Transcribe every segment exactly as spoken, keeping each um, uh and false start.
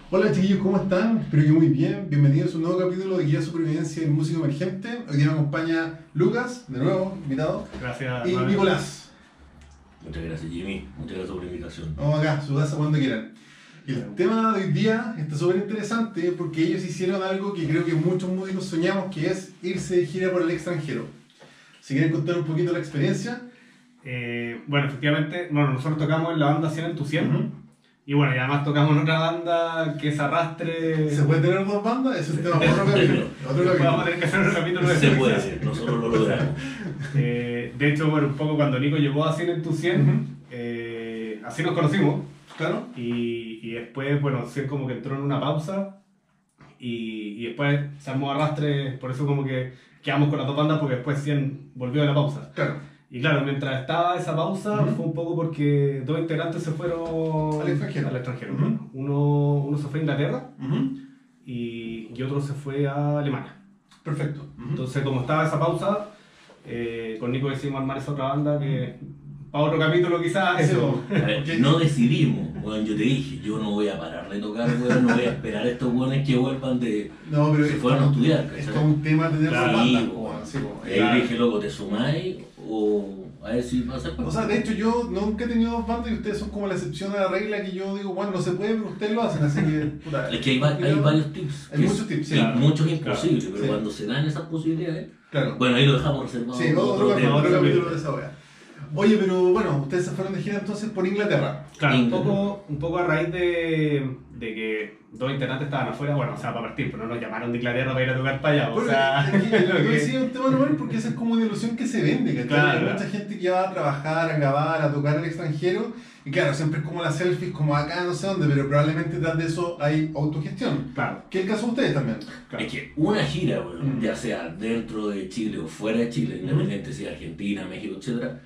Hola chiquillos, ¿cómo están? Espero que muy bien. Bienvenidos a un nuevo capítulo de Guía Supervivencia en Músico Emergente. Hoy día me acompaña Lucas, de nuevo, invitado. Gracias. Y Manuel. Nicolás. Muchas gracias, Jimmy. Muchas gracias por la invitación. Vamos acá, su casa cuando quieran. Y el tema de hoy día está súper interesante porque ellos hicieron algo que creo que muchos músicos soñamos, que es irse de gira por el extranjero. Si quieren contar un poquito la experiencia. Eh, bueno, efectivamente, bueno, nosotros tocamos en la banda cien en tu cien. Uh-huh. Y bueno, y además tocamos en otra banda que es Arrastre. ¿Se puede tener dos bandas? Es un tema para otro capítulo. Otro Después vamos a capítulo. tener que hacer un capítulo de Se eso. puede hacer, nosotros lo logramos. Eh, de hecho, bueno, un poco cuando Nico llegó a cien en tu cien, Uh-huh. eh, así nos conocimos. Claro. Y, y después, bueno, cien como que entró en una pausa. Y, y después se armó Arrastre, por eso como que quedamos con las dos bandas, porque después cien volvió de la pausa. Claro. Y claro, mientras estaba esa pausa, Uh-huh. fue un poco porque dos integrantes se fueron Al extranjero. al extranjero. Uh-huh. uno, uno se fue a Inglaterra Uh-huh. y, y otro se fue a Alemania. Perfecto. Uh-huh. Entonces, como estaba esa pausa, eh, con Nico decidimos armar esa otra banda que para otro capítulo quizás eso. A ver, no decidimos, bueno, yo te dije, yo no voy a parar de tocar, bueno, no voy a esperar a estos buenos que vuelvan de... No, pero se esto- fueron a estudiar, esto ¿cachai? es un tema de tener Claro, la banda. Sí, po, po. sí, po. Y ahí Claro. dije, loco, ¿te sumáis o a ver si pasa el O sea, de hecho yo nunca he tenido dos bandas y ustedes son como la excepción a la regla que yo digo, bueno, no se puede, pero ustedes lo hacen, así que... Puta, Es que hay, va- hay yo- varios tips. Hay que muchos es- tips, sí. sí, Claro. muchos imposibles, pero Sí. cuando se dan esas posibilidades... Claro. Bueno, ahí lo dejamos reservado. Sí, para otro, otro capítulo, tema. otro otro capítulo capítulo. de esa wea. Oye, pero bueno, ustedes se fueron de gira entonces por Inglaterra. Claro, un Inglés. poco, un poco a raíz de, de que dos integrantes estaban afuera, bueno, o sea, para partir, pero no nos llamaron de Inglaterra para ir a tocar para allá. O Porque sea, aquí, lo yo que- decía un tema normal porque esa es como una ilusión que se vende, ¿cachai? Claro, Hay claro. mucha gente que va a trabajar, a grabar, a tocar al extranjero y claro, siempre es como las selfies, como acá no sé dónde, pero probablemente detrás de eso hay autogestión. Claro, Que es el caso de ustedes también. claro. Es que una gira, bueno, Mm. ya sea dentro de Chile o fuera de Chile, independiente sea Argentina, México, etcétera,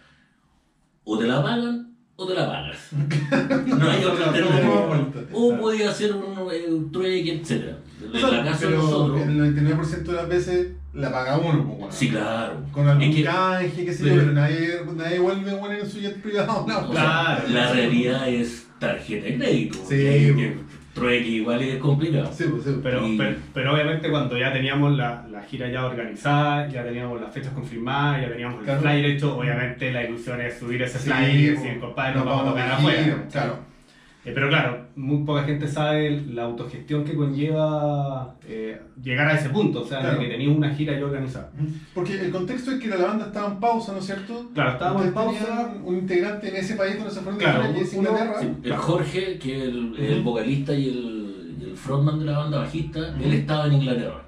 o te la pagan o te la pagas. No hay otra No, no, no, alternativa. no. O podía hacer un, eh, un trueque, etcétera. O En sea, la casa de pero nosotros. el noventa y nueve por ciento de las veces la paga uno, pues, bueno. Sí, claro. Con algún Es que canje, qué sé yo, Pero- pero nadie, nadie vuelve bueno en su jet privado. No, o sea, Claro. la realidad es tarjeta de crédito. Sí, que- po. que trueque igual es complicado. Sí, pues, sí. Pero, Y- pero, pero obviamente cuando ya teníamos la, la gira ya organizada, ya teníamos las fechas confirmadas, ya teníamos Claro. el flyer hecho, obviamente la ilusión es subir ese Sí, flyer y po. decir, compadre, Nos nos vamos a vamos tocar de gira, afuera. claro. Eh, pero claro, muy poca gente sabe la autogestión que conlleva eh, llegar a ese punto, o sea, Claro. de que tenías una gira ya organizada. Porque el contexto es que la banda estaba en pausa, ¿no es cierto? Claro, estábamos en Ustedes pausa. tenían un integrante en ese país donde se fueron de Claro, gira, que es uno- Inglaterra. Sí, el Claro. Jorge, que es el, el Ujú. vocalista y el, y el frontman de la banda bajista, Ujú. él estaba en Inglaterra.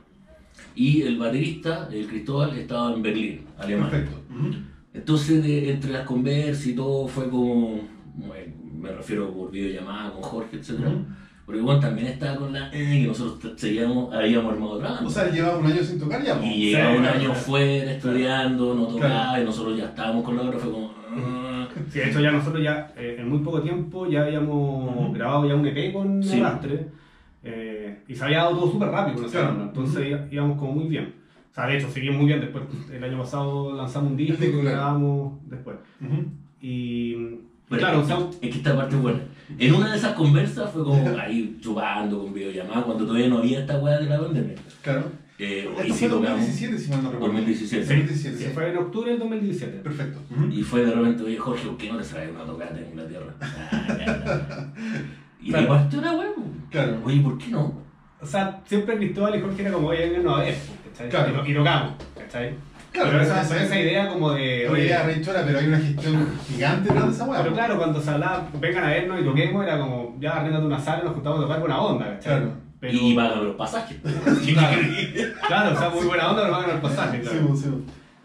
Y el baterista, el Cristóbal, estaba en Berlín, Alemania. Perfecto. Ujú. Entonces, de- entre las conversas y todo, fue como, bueno, me refiero por videollamada con Jorge, etcétera. Ujú. Porque bueno, también estaba con la eh, que nosotros t- seguíamos, habíamos armado otra banda. O sea, llevaba un año sin tocar ya. po. y llevaba sí, un claro, año claro. fuera estudiando, no tocaba, Claro. y nosotros ya estábamos con la otra, fue como... ah. Sí, de hecho ya nosotros ya eh, en muy poco tiempo ya habíamos Ujú. grabado ya un E P con Sí. Arrastre eh, y se había dado todo súper rápido con esa Claro. banda, entonces í- íbamos como muy bien. O sea, de hecho seguimos muy bien, después el año pasado lanzamos un disco El disco, que claro. grabamos después. Ujú. Y Pero claro, o es, sea, es que esta parte es buena. En una de esas conversas fue como ahí chupando con videollamada cuando todavía no había esta weá de la pandemia. Claro. Eh, Esto y fue sí en dos mil tocamos diecisiete, si mal no recuerdo. dos mil diecisiete. sí, dos mil diecisiete, sí, sí. fue en octubre del dos mil diecisiete. Perfecto. Ujú. Y fue de repente, oye Jorge, ¿por qué no te traes una tocata en Inglaterra? Ah, ya, ya. Y Claro. me partió una weá. Claro. Oye, ¿por qué no? O sea, siempre Cristóbal y Jorge era como, oye, vengan a ver, ¿cachai? Claro. Y, to- y tocamos, ¿cachai? Claro, pero esa, esa- esa idea como de, Oye, ya, rechora, pero hay una gestión gigante detrás de esa weá. pero po. claro, cuando se hablaba, vengan a vernos y toquemos, era como, ya arréndate una sala y nos juntamos a tocar buena onda, ¿cachai? Claro. Pero, Y pagan los pasajes. Claro. Claro, o sea, muy buena onda, pero pagan el pasaje, Sí, claro. po, sí, po.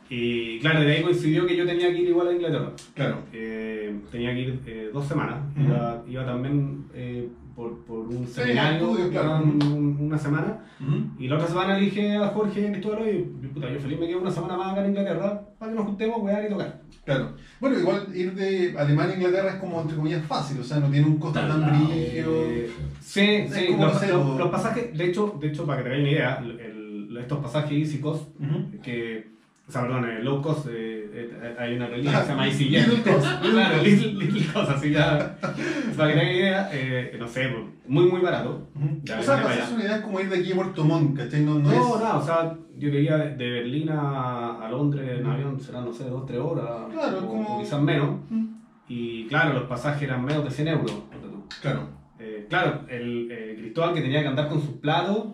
Y claro, de ahí coincidió que yo tenía que ir igual a Inglaterra. Claro. Eh, tenía que ir eh, dos semanas. Ujú. Iba, iba también eh, por, por un Sí, seminario, estudio, claro. un- un- una semana. Ujú. Y la otra semana le dije a Jorge y a Cristóbal, oye, puta, yo feliz me quedo una semana más acá en Inglaterra para que nos juntemos, wear y tocar. Claro. Bueno, igual ir de Alemania a Inglaterra es como, entre comillas, fácil, o sea, no tiene un costo Tan tan lado. brígido. Eh, sí, Es sí, como, los, no sé, los- lo- los pasajes, de hecho, de hecho, para que te hagáis una idea, el- el- estos pasajes Easy Cost, Ujú. que o sea, perdón, eh, low cost, eh, eh, hay una aerolínea que se llama EasyJet. Little cost, little Claro, cost. little, little cost, así ya. Para que tengan idea, eh, no sé, muy, muy barato. Ya O sea, vine para para allá. hacerse una idea es como ir de aquí a Puerto Montt, ¿cachai? No, no, No, es... no, o sea, yo diría de, de Berlín a, a Londres en avión serán, no sé, dos, tres horas. Claro, o, como- o quizás menos. Mm. Y claro, los pasajes eran menos de cien euros. ponte tú. Claro. Eh, claro, el eh, Cristóbal que tenía que andar con sus platos,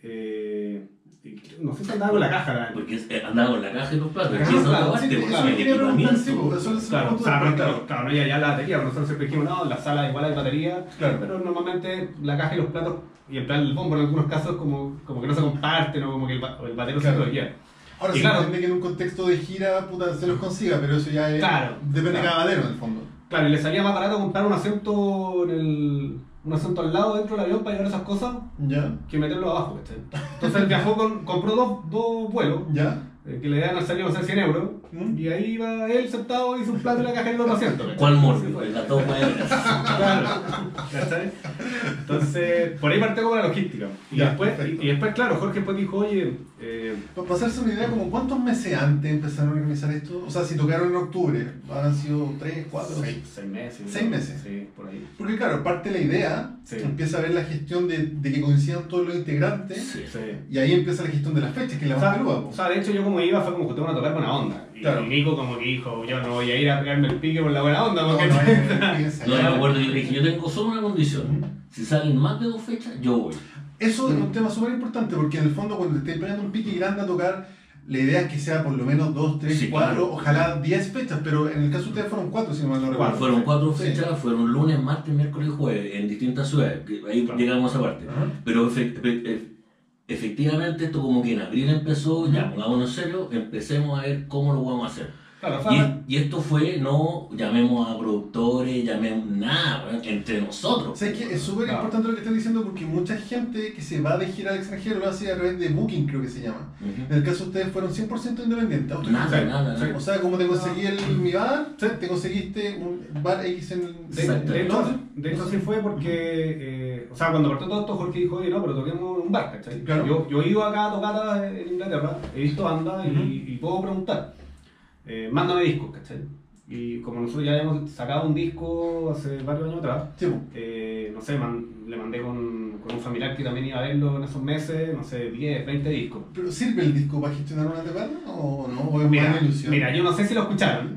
eh, y no sé si andaba con la caja. La, Porque es- eh, andaba con la caja y los platos. Ajá, Aquí eso claro, no Sí, parte, sí, porque eso son me quería preguntar, sí, equipamiento. pues, eso es Claro, el o punto sea, de- no, claro. claro, claro, no había ya la batería, porque nosotros siempre dijimos, no, en la sala igual hay batería, Claro. pero normalmente la caja y los platos y el plan del bombo en algunos casos como, como que no se comparten o como que el, ba- el batero Claro. se lo lleva. Ahora Y se claro. entiende que en un contexto de gira puta, se los consiga, pero eso ya es, Claro, depende de claro. cada badero en el fondo. Claro, y le salía más barato comprar un asiento en el, un asiento al lado dentro del avión para llevar esas cosas ¿Ya? que meterlo abajo, ¿cachai? Entonces él viajó con, compró dos, dos vuelos ¿Ya? eh, que le dan al salir, no sé, cien euros, ¿Mm? y ahí iba él sentado y su plato en la caja y el otro asiento. ¿cachai? ¿Cuál Así morbo? fue. La toma era. Claro, ¿cachai? Entonces, por ahí partió como la logística. Y, Ya, después, perfecto. y, y después, claro, Jorge después dijo, oye, eh, Para pasarse una idea, como ¿cuántos meses antes empezaron a organizar esto? O sea, si tocaron en octubre, ¿han sido tres, cuatro? seis, seis meses. Seis meses. Sí, por ahí. Porque claro, parte de la idea, Sí. empieza a ver la gestión de, de que coincidan todos los integrantes, Sí. y ahí empieza la gestión de las fechas, que es la O más sea, peluda. o sea, de hecho yo como iba fue como que tengo a tocar buena onda. Y, Claro. y Nico como que dijo, yo no voy a ir a pegarme el pique por la buena onda, No, porque no, no, es- No, yo me acuerdo, yo le dije, yo tengo solo una condición. Si salen más de dos fechas, yo voy. Eso es un tema súper importante, porque en el fondo cuando te estés pegando un pique grande a tocar, la idea es que sea por lo menos dos, tres, Sí, cuatro, claro. ojalá diez fechas, pero en el caso de ustedes fueron cuatro, si no mal no recuerdo. Fueron cuatro Sí. fechas, fueron lunes, martes, miércoles y jueves en distintas ciudades. que Ahí Claro. llegamos a esa parte. Ajá. Pero efe- efe- efe- efectivamente esto como que en abril empezó, ya pongámonos en serio, empecemos a ver cómo lo vamos a hacer. Claro, o Y, sea, y esto fue, no llamemos a productores, llamemos nada, weón, entre nosotros. ¿Sabes qué? Es súper Claro. importante lo que estás diciendo porque mucha gente que se va de gira al extranjero lo hace a través de Booking, creo que se llama. Ujú. En el caso de ustedes fueron cien por ciento independientes. auto- Nada, Sí, nada, sí. nada. O sea, como te conseguí el mi bar, Sí. te conseguiste un bar X en el... de, Exacto. de hecho, Londres. de hecho sí fue porque, eh, o sea, cuando partió todo esto Jorge dijo, oye, no, pero toquemos en un bar, ¿cachai? Claro. Yo, yo he ido acá a tocadas en Inglaterra, he visto bandas y, Ujú. y puedo preguntar, eh, mándame discos, ¿cachai? Y como nosotros ya habíamos sacado un disco hace varios años atrás, Sí, po. eh, no sé, man- le mandé con, con un familiar que también iba a verlo en esos meses, no sé, diez, veinte discos. ¿Pero sirve el disco para gestionar una tocada o no? ¿O es Mira, más ilusión? mira, yo no sé si lo escucharon,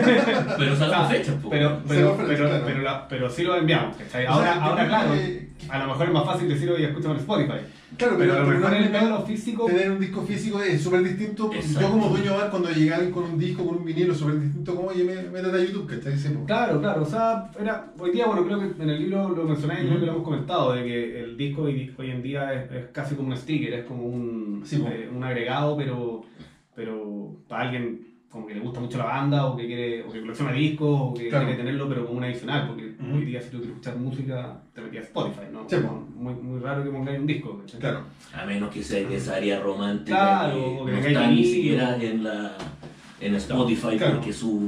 Pero sacamos O sea, fechas, po. pero, Se pero, va, pero, pero, claro. pero, la- pero sí lo enviamos, ¿cachai? O sea, Ahora, yo ahora creo claro, que- a lo mejor es más fácil decir, oye, escúchame en Spotify. Claro, Pero pero, a lo pero mejor no el es verlo legal físico. tener un disco físico es súper distinto. Exacto. Yo como dueño de bar, cuando llega alguien con un disco, con un vinilo, súper distinto como, oye, mé- métete a YouTube, que está diciendo. Claro, claro, o sea, era, hoy día, bueno, creo que en el libro lo mencioné y creo que lo hemos comentado, de que el disco hoy, hoy en día es, es casi como un sticker, es como un, Sí, po. eh, un agregado, pero, pero para alguien como que le gusta mucho la banda o que quiere o que colecciona discos o que Claro. quiere tenerlo pero como un adicional, porque Ujú. hoy día si tú quieres escuchar música te metías a Spotify, ¿no? Sí, po. muy, muy raro que pongáis un disco, ¿cachai? Claro. A menos que sea de esa área romántica Claro, que o que no tengáis está ni vinilo. siquiera en, la, en Spotify Claro. porque su,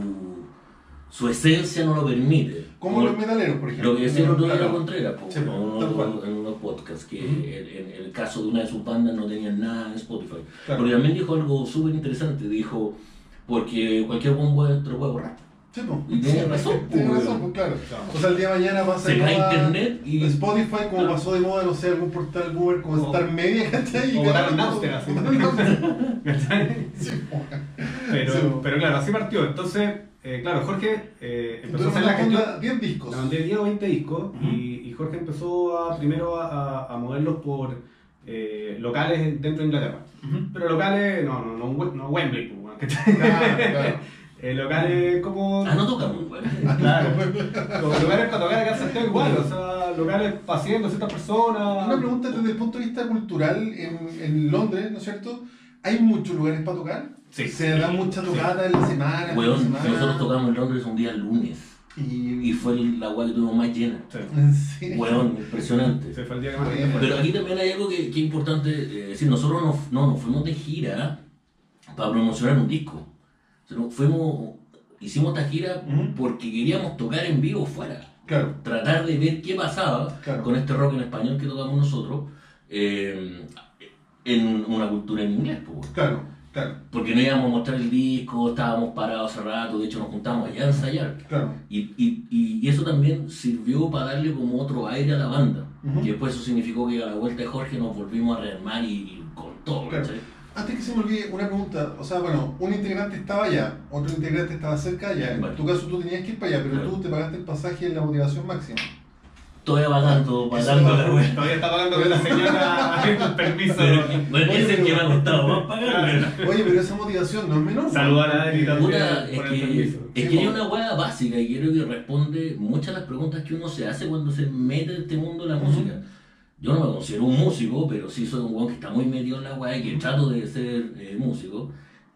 su esencia no lo permite. Como los metaleros, por ejemplo. Lo que decía el otro día Claro. la Contreras, po, Sí, en, tal unos, cual. en unos podcasts, que Ujú. en, en el caso de una de sus bandas no tenían nada en Spotify. Claro. Porque también dijo algo súper interesante, dijo, porque cualquier buen web te lo puede borrar. Sí, po. Y tiene razón, Tiene pues, razón, pues, claro. O sea, el día de mañana pasa Se de cae moda internet y... Spotify, como Claro. pasó de moda, no sé, algún portal boomer como O- Star Media, ¿cachai? Y o cada botar un rato- Napster, así. botar un Napster. ¿Cachai? Sí, po. Pero, Sí. pero claro, así partió. Entonces, eh, claro, Jorge eh, empezó a Entonces, hacer la una gestión. onda, diez discos. Le mandé diez o veinte discos Ujú. y, y Jorge empezó a, primero a, a, a moverlos por eh, locales dentro de Inglaterra. Ujú. Pero locales, no, no, no, Wem- no Wembley, pues, bueno, ¿cachai? Claro, claro. Eh, locales como. Ah, no toca muy bueno. Claro. Como lugares para tocar acá en Santiago igual, o sea, locales para cien, ciertas personas. Una pregunta desde el punto de vista cultural en, en Londres, ¿no es cierto? ¿Hay muchos lugares para tocar? Sí. Se da mucha tocata en la semana, en la Weón, semana. nosotros tocamos en Londres un día lunes Y, y fue la weá que tuvimos más llena. Sí. ¿En serio? Weón, impresionante. Se fue el día que más Bueno, Pero aquí también hay algo que, que es importante eh, decir, nosotros no, no nos fuimos de gira para promocionar un disco. O sea, no, fuimos, hicimos esta gira Ujú. porque queríamos tocar en vivo fuera. Claro, Tratar de ver qué pasaba Claro. con este rock en español que tocamos nosotros eh, en una cultura en inglés. Pues, weón. claro. Claro. Porque no íbamos a mostrar el disco, estábamos parados hace rato, de hecho nos juntamos allá a ensayar. Claro. Y, y, y, y eso también sirvió para darle como otro aire a la banda. Uh-huh. Que después eso significó que a la vuelta de Jorge nos volvimos a rearmar y, y con todo, Claro. ¿cachai? Antes que se me olvide, una pregunta. O sea, bueno, un integrante estaba allá, otro integrante estaba cerca allá. En Vale. tu caso tú tenías que ir para allá, pero Claro. tú te pagaste el pasaje en la motivación máxima. Todavía pagando, Eso pagando no- la wea. Todavía está pagando con la señora el permiso. Bueno, es el que me ha costado más pagar. Oye, pero esa motivación no es menor. Saludar a Adri también Puta, es por el que, permiso. es Sí, que hay po. una hueá básica y creo que responde muchas de las preguntas que uno se hace cuando se mete en este mundo de la Ujú. música. Yo no me considero un músico, pero sí soy un weón que está muy metido en la weá y que trato de ser eh, músico.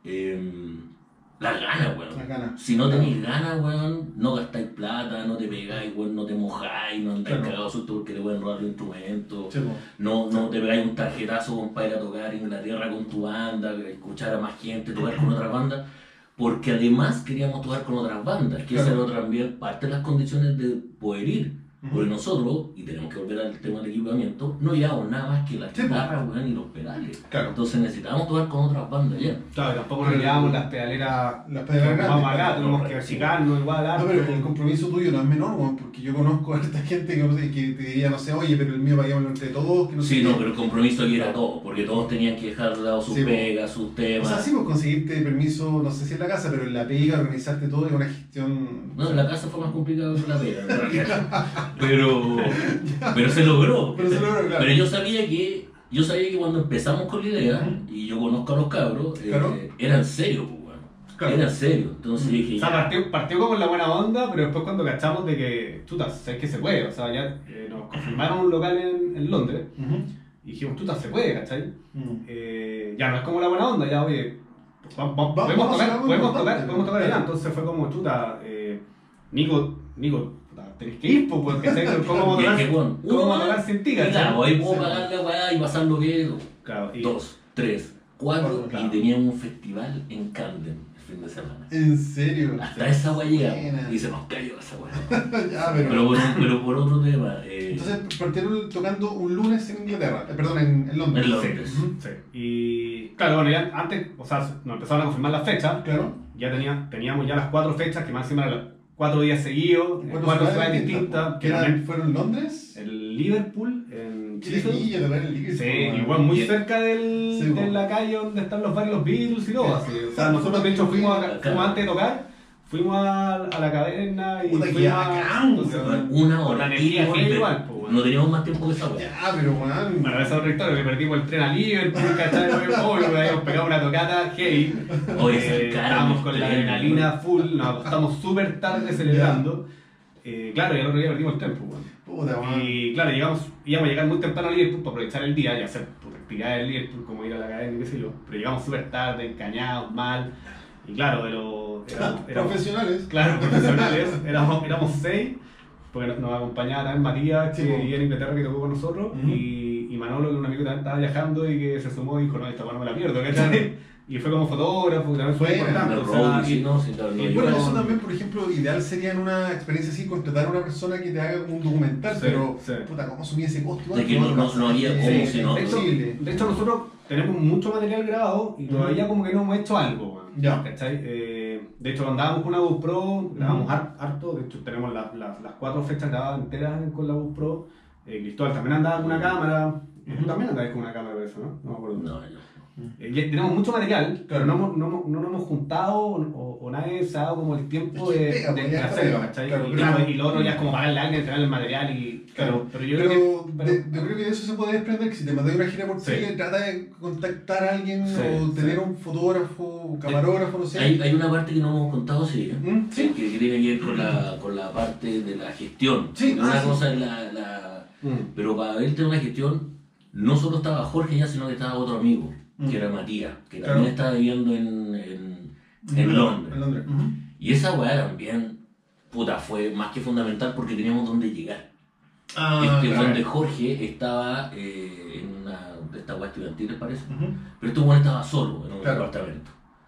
Eh, las ganas, weón. Las ganas. Si no tenéis ganas, weón, no gastáis plata, no te pegáis, weón, no te mojáis, no andáis Claro. cagados susto porque te pueden robar los instrumentos. Sí, po. No, no te pegáis un tarjetazo con para ir a tocar Inglaterra con tu banda, escuchar a más gente, tocar con otras bandas, porque además queríamos tocar con otras bandas, que Claro. esa era también parte de las condiciones de poder ir. Ujú. Porque nosotros, y tenemos que volver al tema del equipamiento, no llevamos nada más que las Sí, guitarras, weón, y los pedales. Claro. Entonces necesitábamos tocar con otras bandas ya. Claro, y tampoco nos llevábamos las pedaleras. Las pedaleras que ocupamos grandes, acá, claro. tenemos que achicarnos igual. No, harto. pero el compromiso tuyo no es menor, weón, porque yo conozco a esta gente que, no sé, que te diría, no sé, oye, pero el mío paguémoslo entre todos, que no sé Sí, qué. no, pero el compromiso aquí era todo, porque todos tenían que dejar de lado sus Sí, po. pegas, sus O temas. sea, sí, pues conseguirte permiso, no sé si en la casa, pero en la pega, organizarte todo es una gestión. No, en la casa fue más complicado que la pega, en realidad. pero, pero se logró. Pero se logró, claro. Pero yo sabía que yo sabía que cuando empezamos con la idea, Ujú. y yo conozco a los cabros, eh, Claro. era en serio, pues, bueno. Claro. Era en serio. Entonces Ujú. dije, O sea, ya, partió, partió como en la buena onda, pero después cuando cachamos de que, chuta, sabes que se puede, o sea, ya eh, nos confirmaron un local en, en Londres, Ujú. y dijimos, chuta, se puede, ¿cachai? Ujú. Eh, ya no es como la buena onda, ya, oye, va- va- Vamos podemos, a hacer tocar, algo podemos, importante, tocar, podemos tocar allá, claro. entonces fue como, chuta, eh, Nico, Nico, puta, tenés que ir, pues, porque ¿cachai? ¿Cómo vamos a y es tocar, que, bueno, cómo uno vamos a más, tocar sin ti, y ¿cachai? claro, ahí puedo Sí. pagar la weá y pasar lo que Claro, y- dos, tres, cuatro, Cuatro, claro. y teníamos un festival en Camden el fin de semana. ¿En serio? Hasta esa weá llegamos Buena. y se nos cayó esa weá. Ya, pero. Pero por, pero por otro tema, eh, Entonces partieron tocando un lunes en Inglaterra, eh, perdón, en, en Londres. En Londres. Ujú. Sí. Y claro, bueno, ya antes, o sea, nos empezaron a confirmar las fechas. Claro. Ya tenía, teníamos ya las cuatro fechas, que más encima eran los cuatro días seguidos, en Cuatro cuatro ciudades ciudades distintas, distintas. ¿Que Que eran- también fueron Londres? el Liverpool, en Qué Sheffield. guilla tocar en Liverpool. Sí, weón. igual muy Y- cerca del, Sí, de bueno. la calle donde están los bares, los Beatles y todo así. O sea, Ah, nosotros de hecho fuimos, a- acá. fuimos antes de tocar, fuimos a, a la caverna y Puta, qué fuimos a- bacán, entonces, weón. una con hora. la energía y- hippie igual, pues, bueno. No teníamos más tiempo que esa weá. Ya, pero weón. Bueno, esa es otra historia, que perdimos el tren a Liverpool, ¿cachai? Obvio, que habíamos pegado una tocata heavy. Oye, Eh, se encaran estábamos los con la trenes, adrenalina full, nos acostamos súper tarde celebrando. Eh, claro, y al otro día perdimos el tren, pues, bueno. Puta, weón. Y claro, llegamos, íbamos a llegar muy temprano a Liverpool para aprovechar el día y hacer pues, actividades en Liverpool, como ir a la academia, qué sé yo. Pero llegamos súper tarde, encañados, mal. Y claro, pero éramos, éramos- Profesionales. claro, profesionales, éramos, éramos seis, porque nos, nos acompañaba también Matías, que Sí, po. vivía en Inglaterra, que tocó con nosotros, Ujú. y, y Manolo, que un amigo que también estaba viajando y que se sumó y dijo, no, esta weá no me la pierdo, ¿cachai? Y fue como fotógrafo, que también fue Buena, importante. De o sea, road, y- sí, no, sí, claro, no, y yo- Bueno, no- eso también, por ejemplo, ideal sería en una experiencia así contratar a una persona que te haga un documental, Sí, pero sí. puta, ¿cómo asumir ese costo? De que no- no- no había Sí, cómo, sí, si no- de, hecho, imposible. de hecho, nosotros tenemos mucho material grabado y Ujú. todavía como que no hemos hecho algo, weón. Ya. ¿Cachai? Eh, de hecho, andábamos con una GoPro, grabamos har- harto, de hecho tenemos la- la- las cuatro fechas grabadas enteras con la GoPro. Eh, Cristóbal también andaba con una cámara, y tú también andabas con una cámara de eso, ¿no? No me acuerdo. No, no. Eh, y tenemos mucho material, Claro. pero no, hemos- no, hemos- no nos hemos juntado o, o- o nadie se ha dado como el tiempo Es que de, pega, de- pues, de ya hacerlo, pega. ¿cachai? Claro, y, claro. claro, y lo otro ya es como pagarle a alguien, entregarle el material y... Claro, pero yo pero, creo que... pero- de- yo creo que de eso se puede desprender que si te mandas una gira por Sí. Chile, trata de contactar a alguien Sí, o sí. tener un fotógrafo, camarógrafo, no sé. Hay, hay una parte que no hemos contado, sí, ¿eh? ¿Mm? que, que tiene que ver con la, con la parte de la gestión. Sí, una ah, sí. cosa es la, la... Mm. Pero para ver el tema de la gestión, no solo estaba Jorge ya, sino que estaba otro amigo, Mm. que era Matías, que Claro. también estaba viviendo en, en, en Londres. En Londres. Ujú. Y esa weá también, puta, fue más que fundamental porque teníamos dónde llegar. Ah, es que claro. donde Jorge estaba eh, en una de estas weas estudiantiles, parece. Ujú. Pero este weón estaba solo en un Claro. departamento.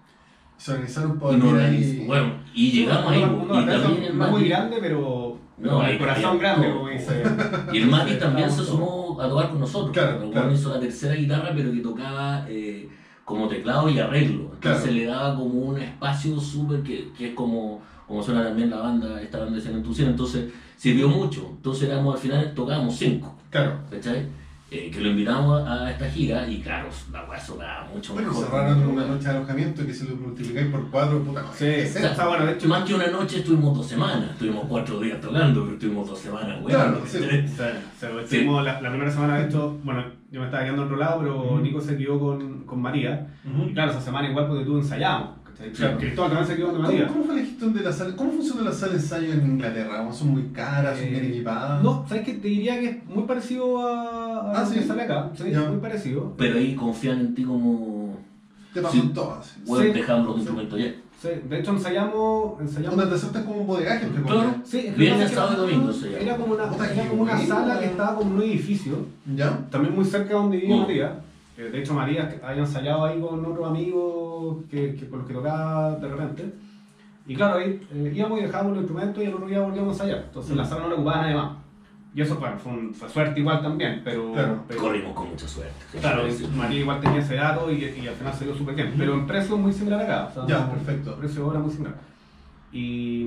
Se organizaron Y, para nos venir organiz- ahí. bueno, y llegamos ahí. No, no, y no, también no, el no es muy Mati, grande, pero No, con ahí el corazón había grande, todo. como dice. y el Mati también se Estábamos sumó a tocar con nosotros. Claro, El weón claro. hizo la tercera guitarra, pero que tocaba. Eh, como teclado y arreglo. Entonces Claro. le daba como un espacio súper que, que es como, como suena también la banda, esta banda de San Entusiasmo. Entonces sirvió mucho. Entonces éramos, al final tocábamos cinco, Claro. ¿cachai? Eh, que lo invitamos a, a esta gira y claro, la weá sonaba mucho Bueno, mejor. cerraron una noche de alojamiento que si lo multiplicáis por cuatro, puta. Sí, es o eso. sea, bueno, de hecho, Más que una noche estuvimos dos semanas, estuvimos cuatro días tocando, pero estuvimos dos semanas, weón. Claro, sí. o sea, o sea, estuvimos la, la primera semana de esto, bueno, yo me estaba quedando en otro lado, pero Nico se quedó con, con María. Ujú. Y claro, esa semana igual porque tú ensayamos, ¿cachai? Claro. Cristóbal también se quedó con ¿Cómo, María. ¿Cómo fue la gestión de la sala? ¿Cómo funciona la sala de ensayo en Inglaterra? ¿Cómo ¿Son muy caras? ¿Son Eh, bien equipadas? No, ¿sabes qué? Te diría que es muy parecido a, a Ah, lo ¿sí? que sale acá. Sí, Ya. muy parecido. Pero ahí confían en ti como, Te pasan Sí. todas. weón, Sí. dejamos los Sí. instrumentos ya. Sí, de hecho ensayamos... ensayamos Donde te aceptas como un bodegaje, entre Claro. comillas. Sí, es que Viernes, lo que pasa sábado y es que domingo se llama. Era como una, Puta, era qué como una bueno. sala que estaba como en un edificio, ¿Ya? también muy cerca de donde vivía Mm. María. Eh, De hecho, María que había ensayado ahí con otros amigos que, que, con los que tocaba de repente. Y claro, ahí eh, íbamos y dejábamos los instrumentos y el otro día volvíamos a ensayar. Entonces la sala no la ocupaba nadie más. Y eso bueno, fue, un- fue suerte igual también, pero... Claro. pero- Corrimos con mucha suerte. Claro, Sí. María igual tenía ese dato y, y al final se dio súper bien. Pero en precio muy similar acá. O sea, Ya, no- perfecto. El precio ahora muy similar. Y...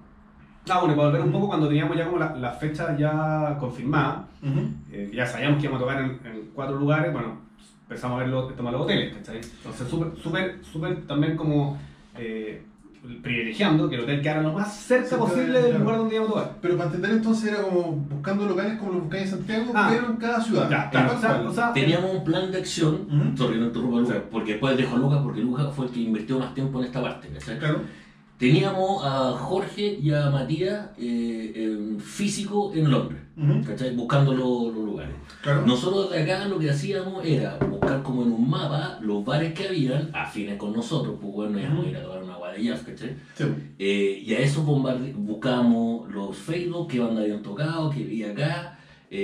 Ah, bueno, y para volver un poco, cuando teníamos ya como la, la fecha ya confirmada, Ujú. eh, que ya sabíamos que íbamos a tocar en, en cuatro lugares, bueno, empezamos a ver los, tomar los hoteles, ¿cachai? Entonces, súper, súper, súper también como eh, privilegiando que el hotel quedara lo más cerca Cerca de- posible del claro. lugar donde íbamos a tocar. Pero para entender entonces era como buscando locales como lo buscáis en Santiago, Ah. pero en cada ciudad. Ya, claro, Tal o sea, cual. o sea, Teníamos un plan de acción, Ujú. sorry, no interrumpa a Lucas, porque después dejo a Lucas, porque Lucas fue el que invirtió más tiempo en esta parte, ¿cachai? Claro. Teníamos a Jorge y a Matías eh, en físico en Londres, Ujú. ¿cachai? Buscando los, los lugares. Claro. Nosotros de acá lo que hacíamos era buscar como en un mapa los bares que habían, afines con nosotros, pues bueno, íbamos a ir a tomar una agua de jazz, ¿cachai? Sí. Eh, y a eso bombarde- buscábamos los Facebook, qué banda habían tocado, qué había acá,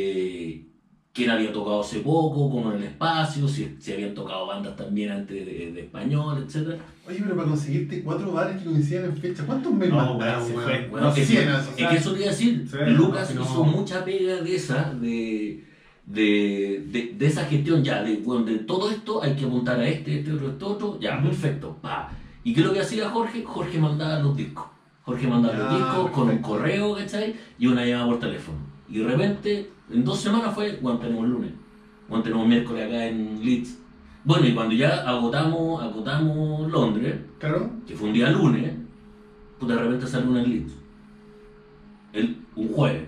eh, quién había tocado hace poco, como en el espacio, si, si habían tocado bandas también antes de, de español, etcétera. Oye, pero para conseguirte cuatro bares que coincidan en fecha, ¿cuántos me No, mandaron, weón, se weón? fue. Bueno, es, cien, que, o es sea, que eso te iba a decir, Sí, Lucas no, hizo no. mucha pega de esa, de, de, de, de esa gestión ya, de, bueno, de todo esto hay que apuntar a este, este otro, este otro, ya, Ujú. perfecto, pa. ¿Y qué es lo que hacía Jorge? Jorge mandaba los discos. Jorge mandaba Ya, los discos con un perfecto. correo, ¿cachai? Y una llamada por teléfono. Y de repente, en dos semanas fue, bueno, tenemos lunes, bueno, tenemos miércoles acá en Leeds. Bueno, y cuando ya agotamos, agotamos Londres, Claro. que fue un día lunes, pues de repente sale una en Leeds. El, un jueves.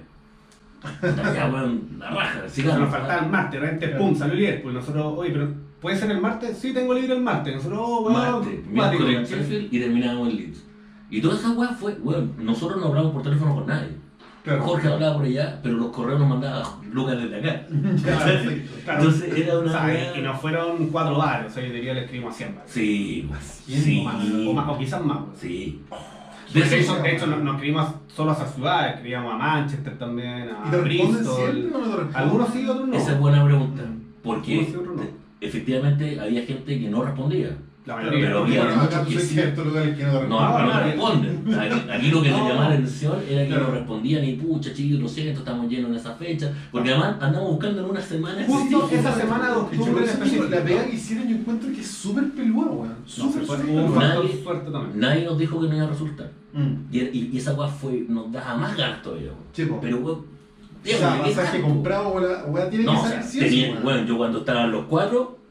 Puta, ya, weón, la raja, sí, nos claro. faltaba el martes, de repente, pum, salió Liverpool. Nosotros, oye, pero ¿puede ser el martes? Sí, tengo libre el martes. Nosotros, oh, weón, Martes, cuático, miércoles en ¿cachai? Sheffield y terminábamos en Leeds. Y toda esa weá fue, weón, nosotros no hablamos por teléfono con nadie. Claro. Jorge hablaba por allá, pero los correos nos mandaba Lucas desde acá. Ya, perfecto. Claro. Entonces era una O sea, weá- y, y nos fueron cuatro bares, o sea, yo diría le escribimos a cien bares. Sí, Cien sí, O, más, o, más, o quizás más. weón. sí. De, De hecho, eso- de hecho, no- nos escribimos solo a esas ciudades, escribíamos a Manchester también, ¿Y a te responden Bristol. siempre o no te responden? Algunos sí, otros no. Esa es buena pregunta, porque Uno sí, otro no. efectivamente había gente que no respondía. La Claro, mayoría. pero porque, había bueno, muchos acá tú que sabes sí. que hay estos lugares que no te No, responden. acá no nadie. responden. Aquí, aquí lo que les No. llamaba la atención era que Claro. no respondían y pucha, chicos, lo siento, estamos llenos en esa fecha. Porque además andamos buscando en una semana Justo específica. esa semana de De hecho, por octubre eso digo, específico. la pega que hicieron yo encuentro que es súper peluda, weón. No, Súper, se fue súper un peluda. factor Nadie- suerte también. Nadie nos dijo que no iba a resultar. Mm. Y, y, y esa weá fue, nos daba más ganas todavía. weón. Sí, po. Pero weón, O Diego, sea, ¿qué pasaje tanto? comprado, weón, weón, tiene No, que o salir sea, sí o sí, tenía, weón. bueno, yo cuando estaban los cuatro,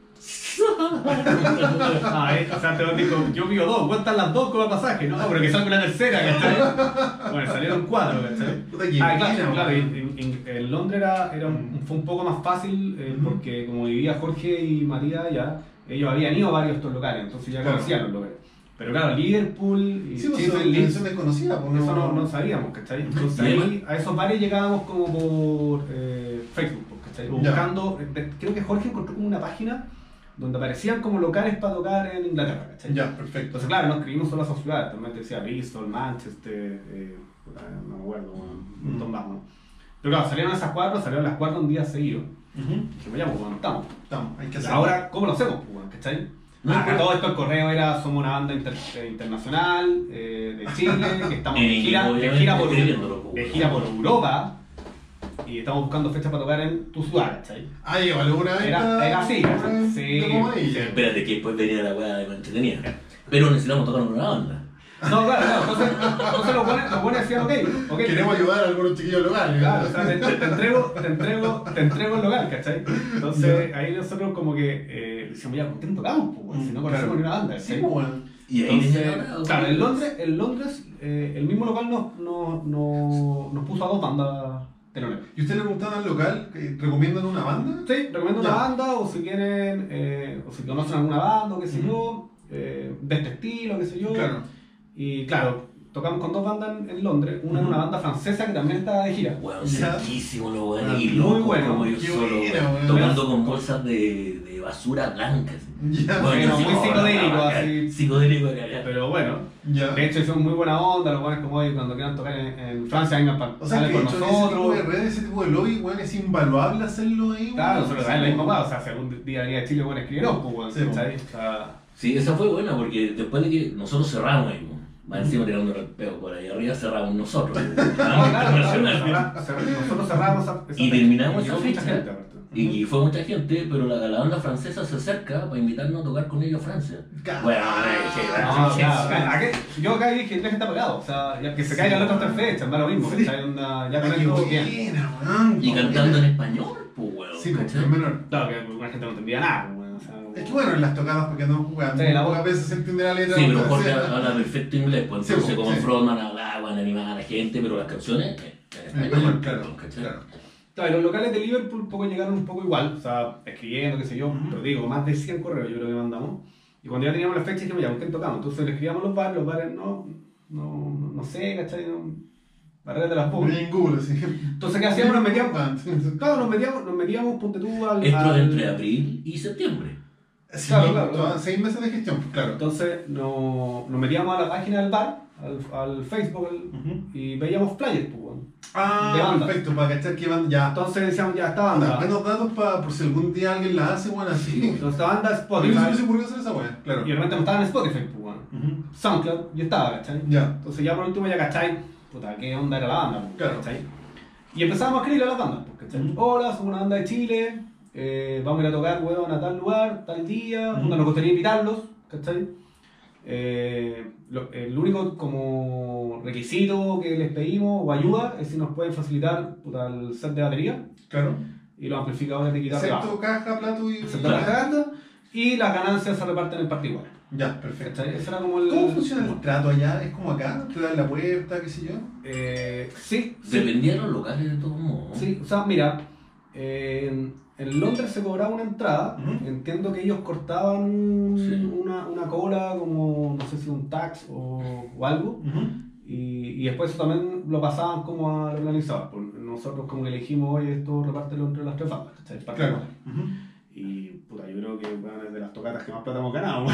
Ah, eh, o sea, te dijo, yo pido dos, cuentan las dos como pasaje, no, pero que salga una tercera, ¿cachai? Bueno, salieron cuatro, ¿cachai? Puta que Ah, buena, claro, claro, weón. en, en- en Londres era, era un- fue un poco más fácil eh, Ujú. porque como vivía Jorge y María ya, ellos habían ido a varios de estos locales, entonces ya Claro. conocían los locales. Pero claro, Liverpool y Sí, pues Sheffield, son Leeds, dimensión desconocida, pues eso no, no sabíamos, ¿cachai? Entonces Y además- ahí a esos bares llegábamos como por eh, Facebook, ¿cachai? O Ya. buscando, eh, creo que Jorge encontró como una página donde aparecían como locales para tocar en Inglaterra, ¿cachai? Ya, perfecto. Entonces claro, no escribimos solo a esas ciudades, también te decía Bristol, Manchester, eh, puta, no me acuerdo, un montón más, ¿no? Pero claro, salieron esas cuatro, salieron las cuatro un día seguido. Ujú. Dijimos, ya, pues bueno, estamos. Estamos, hay que Y hacerlo. ahora, ¿cómo lo hacemos? Pues, bueno, ¿cachai? No, Acá pero- todo esto el correo era, somos una banda inter- eh, internacional eh, de Chile, que estamos En de gira, inglés, de gira, por, obviamente, escribiéndolo, de pues, gira por Europa. Y, y estamos buscando fechas para tocar en tu ciudad, ¿cachai? Ah, igual una vez. Era, era así, ¿cachai? Sí. Espérate, que después venía la weá de entretenida. Pero necesitamos tocar con una banda. No, claro, claro. Entonces, entonces los buenos, los buenos decían, ok, ok. Queremos ayudar a algunos chiquillos locales. Claro, o sea, te, te, te entrego, te entrego, te entrego el local, ¿cachai? Entonces, yeah. ahí nosotros como que eh, decíamos, ya, ¿con quién tocamos? Pues, mm, si no conocemos claro. ni una banda, ¿cachai? Sí, bueno. Y ahí Entonces, claro, en Londres, en Londres eh, el mismo local nos, nos, nos, nos puso a dos bandas teloneras. ¿Y ustedes le preguntaban al local, ¿recomiendan una banda? Sí, recomiendo yeah. una banda, o si quieren, eh, o si conocen alguna banda, o qué sé mm-hmm. yo, eh, de este estilo, qué sé yo. Claro. Y claro, tocamos con dos bandas en, en Londres, una es uh-huh. una banda francesa que también estaba de gira. Bueno, sequísimo los buenos y muy bueno, como yo solo, buena, bueno, tocando con bolsas de, de basura blancas. Ya, bueno, muy psicodélico, así. Psicodélico acá. Pero bueno, ya. de hecho son muy buena onda, los buenos como hoy cuando quieran tocar en, en Francia vengan para o sea, que con hecho, nosotros. Ese tipo de redes, ese tipo de lobby, bueno, es invaluable hacerlo ahí. Claro, nosotros también la misma, o sea, si algún día venía a Chile, bueno, escribieron, pues, bueno, sí, ¿sabes? O sea, sí, esa fue buena porque después de que nosotros cerramos ahí, más encima tirando el peo por ahí arriba, cerramos nosotros. No, claro, claro, nosotros cerramos esa, esa y terminamos esa fecha. Y, y fue mucha gente, pero la, la banda francesa se acerca para invitarnos a tocar con ellos a Francia. Bueno, yo acá dije, la gente está pagado, o sea, ya que se caigan las otras tres fechas, da lo mismo, sí. Onda, ya con esto bien. Y cantando en español, pues weón. Sí, es menor. Claro, que la gente no entendía nada, weón. Es que bueno, en las tocadas porque no jugando, sí, pocas veces se entiende la letra. Sí, pero Jorge habla perfecto inglés, pues entonces sí, como sí. Frontman hablaba, animaba a la gente, pero las canciones en español, claro, claro. Claro, y los locales de Liverpool un poco llegaron un poco igual, o sea, escribiendo, qué sé yo, uh-huh. pero digo, más de cien correos yo creo que mandamos. Y cuando ya teníamos la fecha dijimos, ya, ¿con quién tocamos? Entonces le escribíamos a los bares, los bares no, no, no, no sé, ¿cachai? No, barreras de las pocas. En Google, sí. Entonces, ¿qué hacíamos? Nos metíamos, claro, nos metíamos, nos metíamos, ponte tú al... Esto al... entre abril y septiembre. Sí, claro, claro, claro. Seis meses de gestión, claro. Entonces no, nos metíamos a la página del bar, al, al Facebook, al, uh-huh. y veíamos flyers, pues, bueno, ah, perfecto, para cachar que van ya. Entonces decíamos, ya, esta banda. Buenos datos para por si algún día alguien la hace, bueno, así. Entonces esta banda es Spotify. A mí se me ocurrió hacer esa wea, claro. Y realmente no estaba en Spotify, pues, bueno. Uh-huh. SoundCloud, yo estaba, ¿cachai? Ya. Entonces ya por último ya, ¿cachai? Puta, ¿qué onda era la banda? Pues, claro. ¿cachai? Y empezábamos a escribirle a las bandas, pues, ¿cachai? Uh-huh. Hola, somos una banda de Chile. Eh, vamos a ir a tocar, weón, a tal lugar, tal día, mm-hmm. nos gustaría invitarlos, ¿cachai? Eh, lo, el único como requisito que les pedimos o ayuda es si nos pueden facilitar puta, el set de batería, claro, y los amplificadores de guitarra. Excepto caja, plato y... Excepto la caja, y las ganancias se reparten en parte igual. Ya, perfecto. Ese era como el... ¿Cómo funciona el trato allá? ¿Es como acá? ¿Te dan la puerta, qué sé yo? Eh, sí. Dependía de los locales de todos modos. Sí, o sea, mira... Eh, en Londres se cobraba una entrada, uh-huh. entiendo que ellos cortaban sí. una, una cola como, no sé si un tax o, o algo, uh-huh. y, y después eso también lo pasaban como al organizador. Nosotros como que elegimos, oye, esto repártelo entre las tres bandas, ¿cachai? Claro. Uh-huh. Y puta, yo creo que bueno, es de las tocatas que más plata hemos ganado.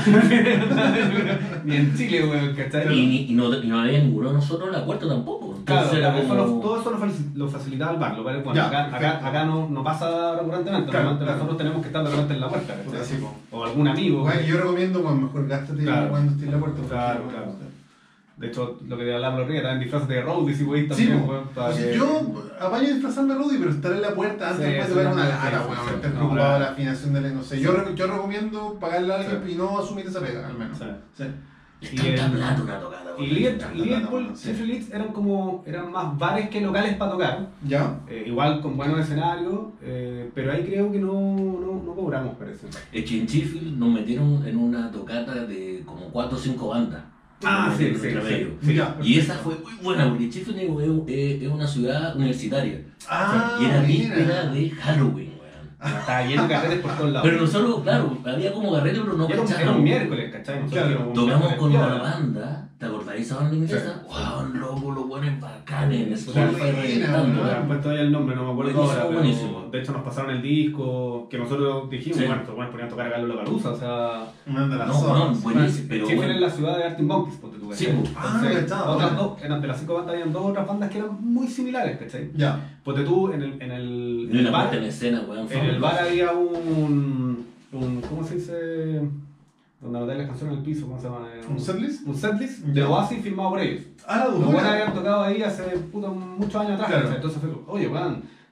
Ni en Chile, weón, ¿cachai? Y, y, y, no, y no había ninguno de nosotros la puerta tampoco. Claro, claro como... eso lo, todo eso lo, lo facilitaba el bar. Lo, bueno, ya, acá, acá, acá no, no pasa recurrentemente, claro, claro. Nosotros tenemos que estar de repente en la puerta, sí, o algún amigo. Bueno, yo recomiendo, bueno, mejor gástate claro. cuando estés en la puerta. Claro, claro. claro. De hecho, lo que hablamos los días, también disfraces de roadie si podéis también, sí, weón. Pues que... Yo apaño a disfrazarme de roadie, pero estar en la puerta antes sí, de tocar una lata, weón. Estar preocupado de la afinación de la, no sé. Yo, yo recomiendo pagarle a alguien sí. y no asumir esa pega, al menos. Sí. Sí. Y, y, el, plata una tocada, y Liverpool, Sheffield Leeds eran como eran más bares que locales para tocar. Ya. Eh, igual con buenos escenarios, eh, pero ahí creo que no, no, no cobramos, parece. Es que en Sheffield nos metieron en una tocata de como cuatro o cinco bandas. Ah, sí, sí, sí, sí, ya, y esa fue muy buena porque Sheffield es, es una ciudad universitaria. Ah, y era víspera de Halloween. Estaba lleno de carretes por todos lados. Pero nosotros, claro, había como carrete, pero no cachábamos. Era un miércoles, ¿cachai? Claro, tocamos con una banda, ¿te acordáis esa banda de mi casa? ¡Wow, loco, los buenos bacanes! En Spotify reventando. Me han puesto todavía el nombre, no me acuerdo ahora. Buenísimo. De hecho, nos pasaron el disco que nosotros dijimos, bueno, bueno, ponían a tocar a Galo Lollapalooza, o sea. Manda la zona. No, buenísimo. Pero Sheffield es la ciudad de Arctic Monkeys, ponte tú. Sí, ah, cachado. Otras dos, eran de las cinco bandas, habían dos otras bandas que eran muy similares, ¿cachai? Ya. Ponte tú en el. En el, en el bar. En escena, weón. En el bar había un. un ¿Cómo se dice? Donde anotáis las canciones en el piso, ¿cómo se llama? ¿Un setlist? Un setlist de Oasis firmado por ellos. Ah, la Los buenos habían tocado ahí hace puto, muchos años atrás. Claro. Entonces fue, oye, weón,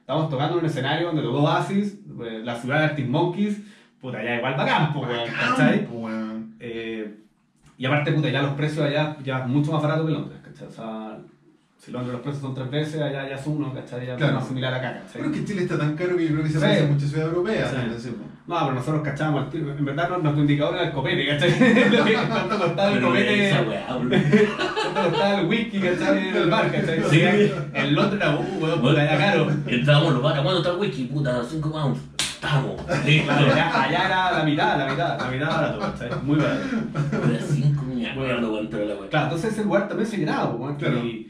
Estábamos tocando en un escenario donde tocó Oasis, pues, la ciudad de Arctic Monkeys, puta, ya igual bacán, pues, weón, ¿cachai? Bacán, weón. Eh, y aparte, puta, ya los precios allá ya es mucho más barato que Londres, ¿cachai? O sea, si Londres los precios son tres veces, allá ya es uno, ¿cachai? Ya Claro. es más similar acá, ¿cachai? Pero es que Chile está tan caro que yo creo que se Sí. parece a muchas ciudades europeas. Sí. Entonces, No, pero nosotros cachábamos al tiro. En verdad, no- nuestro indicador era el copete, ¿cachai? Lo que- ¿Cuánto costaba el Pero copete? esa weá, bro. ¿Cuánto costaba el whisky, ¿cachai? En el bar, ¿cachai? Sí. En Londres era, uh, weón, puta, ya caro. Entramos los bares, ¿cuánto está el whisky? Puta, cinco pounds. Estamos. Sí, Claro, claro. allá, allá era la mitad, la mitad, la mitad barato, ¿cachai? Muy barato. Era cinco, me Bueno. acuerdo cuánto era la weá. Claro, entonces ese lugar también se llenaba, pues, weón, Claro. y,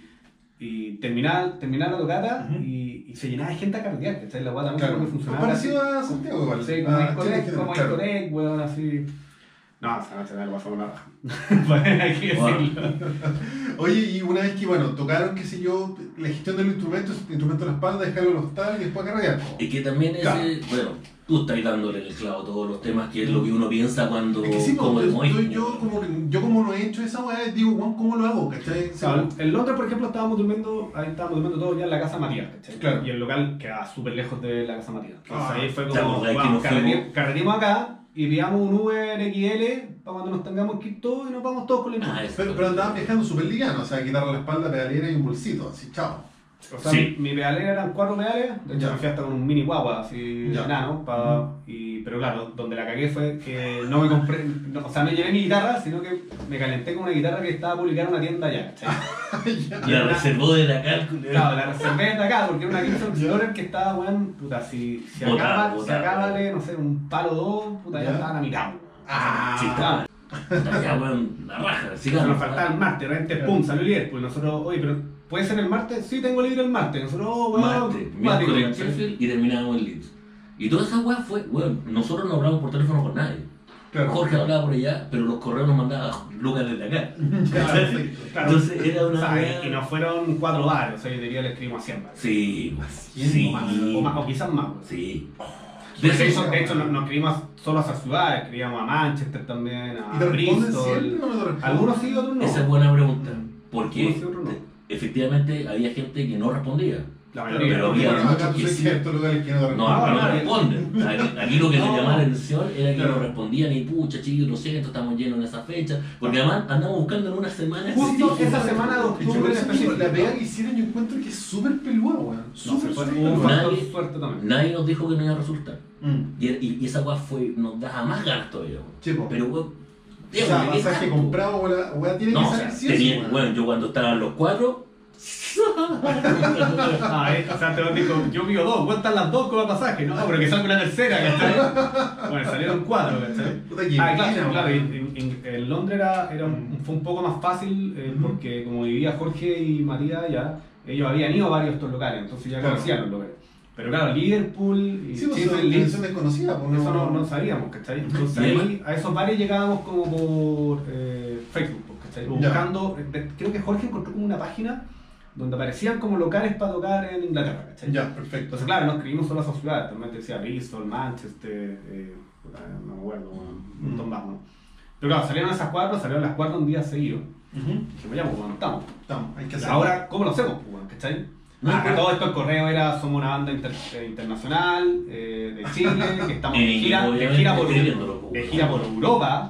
y terminaba, terminaba la tocata Ujú. y, y se llenaba de gente a carretear, ¿cachai? La weá también claro. como que Es funcionaba. parecido así. a Santiago igual. Sí, como a Chile en Discotec, general, como claro. Discotec, weón, así. No, esa noche me lo pasamos una raja. Pues hay que decirlo. Oye, y una vez que, bueno, tocaron, qué sé yo, la gestión del instrumento, el instrumento en la espalda, dejarlo en el hostal y después carretear. Es que también ese, Claro. bueno, tú estás dándole en el clavo a todos los temas que es lo que uno piensa cuando Es que sí, como pues, el yo, Moy. yo, como, yo como no he hecho esa weá, digo, weón, ¿cómo lo hago? ¿Cachai? O sea, en Londres, por ejemplo, estábamos durmiendo, ahí estábamos durmiendo todos ya en la casa Matías, ¿cachai? Claro. Y el local quedaba súper lejos de la casa Matías. Entonces Ah, ahí fue ¿te como, acordás que bueno, nos carrete- fuimos? carreteamos acá y pillamos un Uber X L para cuando nos tengamos que ir todos y nos vamos todos con el Ah, instrumento. eso. Pero, pero andaban viajando súper liviano, o sea, guitarra a la espalda, pedalera y un bolsito, así, chao. O sea, Sí. mi, mi pedalera eran cuatro pedales, de hecho Ya. me fui hasta con un mini guagua, así, Ya. enano, pa- y, pero claro, donde la cagué fue que no me compré, no, o sea, no llevé mi guitarra, sino que me calenté con una guitarra que estaba publicada en una tienda allá, ¿cachai? Y la reservó de la cálculo. Claro, la reservé de acá porque era una Gibson Explorer que estaba, weón, puta, si, si Botada, acá, si botada. acá vale, no sé, un palo o dos, puta, ya Ya. estaban a mitad. Ah, Sí, Claro. Puta, ya, weón, la raja. Si Sigamos. nos faltaba el martes, de repente, pum, salió el Liverpool. Nosotros, oye, pero ¿puede ser el martes? Sí, tengo libre el martes. Nosotros, oh, weón, Martes, cuático, miércoles en ¿cachai? Sheffield y terminábamos en Leeds. Y toda esa weá fue, weón, nosotros no hablamos por teléfono con nadie. claro. Jorge hablaba por allá, pero los correos nos mandaban Lucas desde acá. Claro, claro. Entonces era O una sea, weá- y nos fueron cuatro bares, o sea, yo diría le escribimos a cien bares. Sí, Cien sí. O, más, o, más, o quizás más, weón. Sí. De De hecho, eso- de hecho nos, nos escribimos solo a esas ciudades, escribíamos a Manchester también, ¿Y a te responden Bristol. siempre o no te responden? Algunos sí, otros no. Esa es buena pregunta. Porque Algunos sí, otros no. efectivamente había gente que no respondía. La mayoría. Pero Pero había bueno, muchos acá tú que sabes sí. que hay estos lugares que no te No, responden. acá no nadie. responden. Aquí, aquí lo que No. se llamaba la atención era que Claro. no respondían y pucha, chicos, lo siento, estamos llenos en esa fecha. Porque además andamos buscando en una semana. Justo sí, esa semana de Es que por octubre eso mismo, específico. la pega que hicieron yo encuentro que es súper peluda, weón. No, Súper, se fue súper un peluda. factor Nadie- suerte también. Nadie nos dijo que no iba a resultar. Mm. Y, y, y esa weá fue, nos daba más ganas todavía. weón. Sí, po. Pero weón, O Diego, sea, ¿qué pasaje tanto? comprado, weón, weón, tiene No, que o sea, salir sí o sí, tenía, weón. bueno, yo cuando estaban los cuatro, Ah, eh, o sea, te lo dijo, yo vivo dos, ¿cuántas las dos como pasaje? No, pero que salga una tercera, ¿cachai? Bueno, salieron cuatro, ¿cachai? Puta, qué Ah, pena, claro, claro, weón. en, en- en Londres era, era un- fue un poco más fácil eh, Ujú. porque como vivía Jorge y Matías ya, ellos habían ido a varios de estos locales, entonces ya Claro. conocían los locales. Pero claro, Liverpool y Sí, pues, Sheffield, son Leeds, son desconocidas, pues, eso no, no sabíamos, ¿cachai? Entonces Y ahí además- a esos bares llegábamos como por eh, Facebook, ¿cachai? O Ya. buscando, eh, creo que Jorge encontró como una página donde aparecían como locales para tocar en Inglaterra, ¿cachai? Ya, perfecto. Entonces claro, nos escribimos solo a esas ciudades, también te decía Bristol, Manchester, eh, puta, no me acuerdo, un Mm. montón más, ¿no? Pero claro, salieron esas cuatro, salieron las cuatro un día seguido. Ujú. Dijimos, ya, pues bueno, estamos. Estamos, hay que Y hacerlo. ahora, ¿cómo lo hacemos? Pues, bueno, ¿cachai? No, Acá pero- todo esto el correo era, somos una banda inter- eh, internacional eh, de Chile, que estamos de Eh, gira, de obviamente gira, por, escribiéndolo, pues, de gira por Europa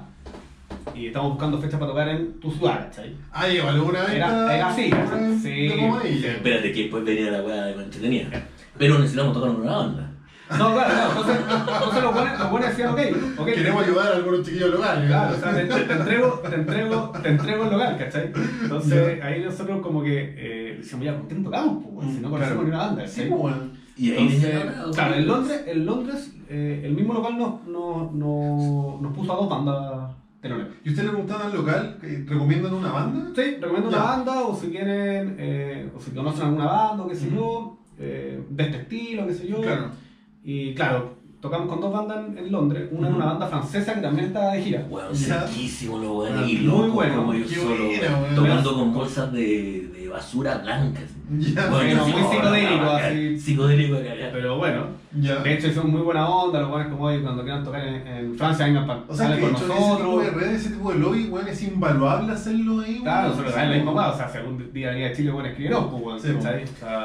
y estamos buscando fechas para tocar en tu ciudad, ¿cachai? Ah, llegó alguna vez. Era- era así, sí, sí. espérate que después venía la weá de la entretenida. Pero necesitamos tocar en una banda. No, claro, claro, entonces, entonces los buenos, los buenos decían, ok, ok. Queremos ayudar a algunos chiquillos locales. Claro, o sea, te, te- te entrego, te entrego, te entrego el local, ¿cachai? Entonces ahí nosotros como que eh, decíamos, ya, ¿por qué no tocamos? Pues, weón? Si no conocemos Claro. ni una banda, Sí, ¿cachai? pues, weón. Y ahí Entonces, venía la weá, claro, weón. en Londres, en Londres eh, el mismo local nos, nos, nos, nos puso a dos bandas teloneras. ¿Y usted le preguntaban al local, que recomiendan una banda? Sí, recomiendo Ya. una banda o si quieren, eh, o si conocen alguna banda o qué sé Ujú. yo, eh, de este estilo, qué sé yo. Claro. Y claro, tocamos con dos bandas en, en Londres, una es Ujú. una banda francesa que también está de gira. Weón, Ya. cerquísimo los weones Ah, y muy locos bueno, como yo qué solo, buena, weón, weón. tocando con bolsas de, de basura blancas. Ya, Bueno, sí, muy no, psicodélico, bacán, así. Psicodélico de cagar. Pero bueno, ya. de hecho son muy buena onda, los buenos como hoy cuando quieran tocar en, en Francia vengan para O sea, que con de hecho, ese tipo nosotros. de redes, ese tipo de lobby, weón, es invaluable hacerlo ahí, weón. Claro, nosotros Sí, traen la misma weón. weá, o sea, si algún día venía de Chile, bueno, escribieron, pues, weón, Sí, ¿cachai? O sea,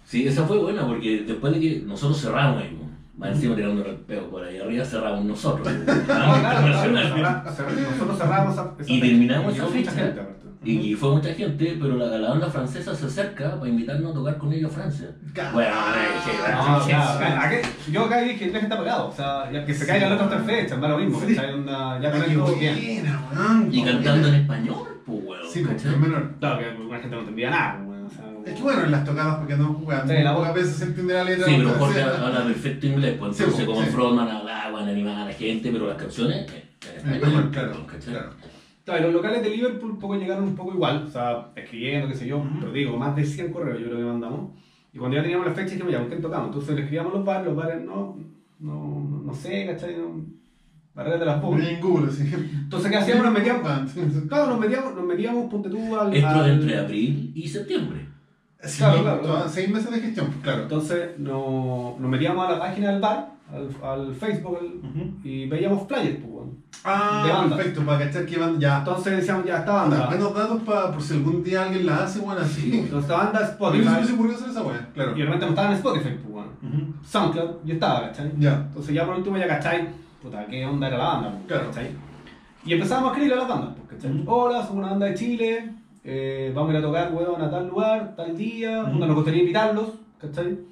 Sí, esa fue buena porque después de que nosotros cerramos ahí, más encima tirando el peo por ahí arriba, cerramos nosotros. No, claro, claro, nosotros cerramos esa, esa Y terminamos y esa mucha fecha. gente, aparte. Y fue mucha gente, pero la, la banda francesa se acerca para invitarnos a tocar con ellos a Francia. Claro. Bueno, eh, sí, No, sí, claro, sí. acá- acá- yo acá dije, el viaje está pagado, o sea, ya que se caigan las otras tres fechas, da lo mismo, Sí. ¿cachai? Onda, ya con Qué esto bien. buena, weón. Y qué cantando en buena. español, pues, weón. Sí, pues, ¿cachai? es menor. Claro, que alguna gente no entendía nada, pues, bueno, o sea, como- Es que bueno, en las tocadas porque no juegan, Sí, la pocas voz. veces se entiende la letra. Sí, pero entonces, Jorge sí. habla perfecto inglés, pues Sí, entonces pues, como sí. frontman hablaba, animaba a la gente, pero las canciones eh, en En español, español, claro, ¿cachai? claro. Claro, y los locales de Liverpool un poco llegaron un poco igual, o sea, escribiendo, qué sé yo, Ujú. pero digo, más de cien correos yo creo que mandamos. Y cuando ya teníamos la fecha dijimos, ya, ¿con quién tocamos? Entonces le escribíamos a los bares, los bares no, no, no, no sé, ¿cachai? No, barreras de las pubs. En Google, así. Entonces, ¿qué hacíamos? Nos metíamos, claro, nos metíamos, nos metíamos, ponte tú al... Esto al- es entre abril y septiembre. Sí, Claro, claro, todas- claro. seis meses de gestión, pues, claro. Entonces no, nos metíamos a la página del bar, al, al Facebook, al- Ujú. y veíamos flyers, pues, bueno. de Ah, banda. perfecto, para cachar que van ya. Entonces decíamos, ya, esta Anda, banda. buenos datos para por si algún día alguien la hace, bueno, así. Entonces, esta banda es A mí no se me Spotify. ocurrió hacer esa wea, claro. Y de repente no estaba en Spotify, pues, bueno. Ujú. SoundCloud, yo estaba, ¿cachai? Ya. Entonces ya por último ya, ¿cachai? Puta, ¿qué onda era la banda? pues, Claro. ¿cachai? Y empezamos a escribirle a las bandas, pues, ¿cachai? Ujú. Hola, somos una banda de Chile, eh, vamos a ir a tocar, weón, a tal lugar, tal día, Ujú. puta, nos gustaría invitarlos, ¿cachai?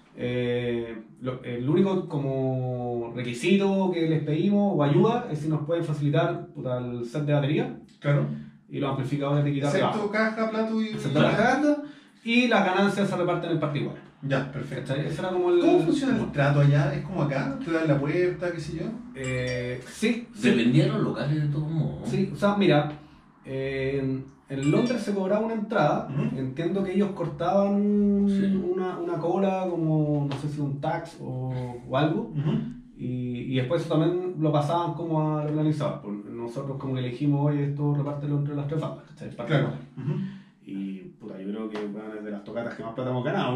Eh, lo- el único como requisito que les pedimos o ayuda es si nos pueden facilitar puta, el set de batería Claro. y los amplificadores de guitarra y bajo. Excepto caja, plato y. Excepto las cajas, y las ganancias se reparten en parte igual. Ya, perfecto. ¿Cachai? Ese era como el... ¿Cómo funciona el trato allá? ¿Es como acá? ¿Te dan la puerta, qué sé yo? Eh, sí, sí. Dependía de los locales de todos modos. ¿no? Sí, o sea, mira, eh, en Londres se cobraba una entrada, Ujú. entiendo que ellos cortaban un- Sí. una, una cola como, no sé si un tax o, o algo, y, y después eso también lo pasaban como a organizar. Pues nosotros como que elegimos, oye, esto repártelo entre las tres bandas, ¿cachai? Parte Claro. igual. Ujú. Y puta, yo creo que bueno, es de las tocatas que más plata hemos ganado.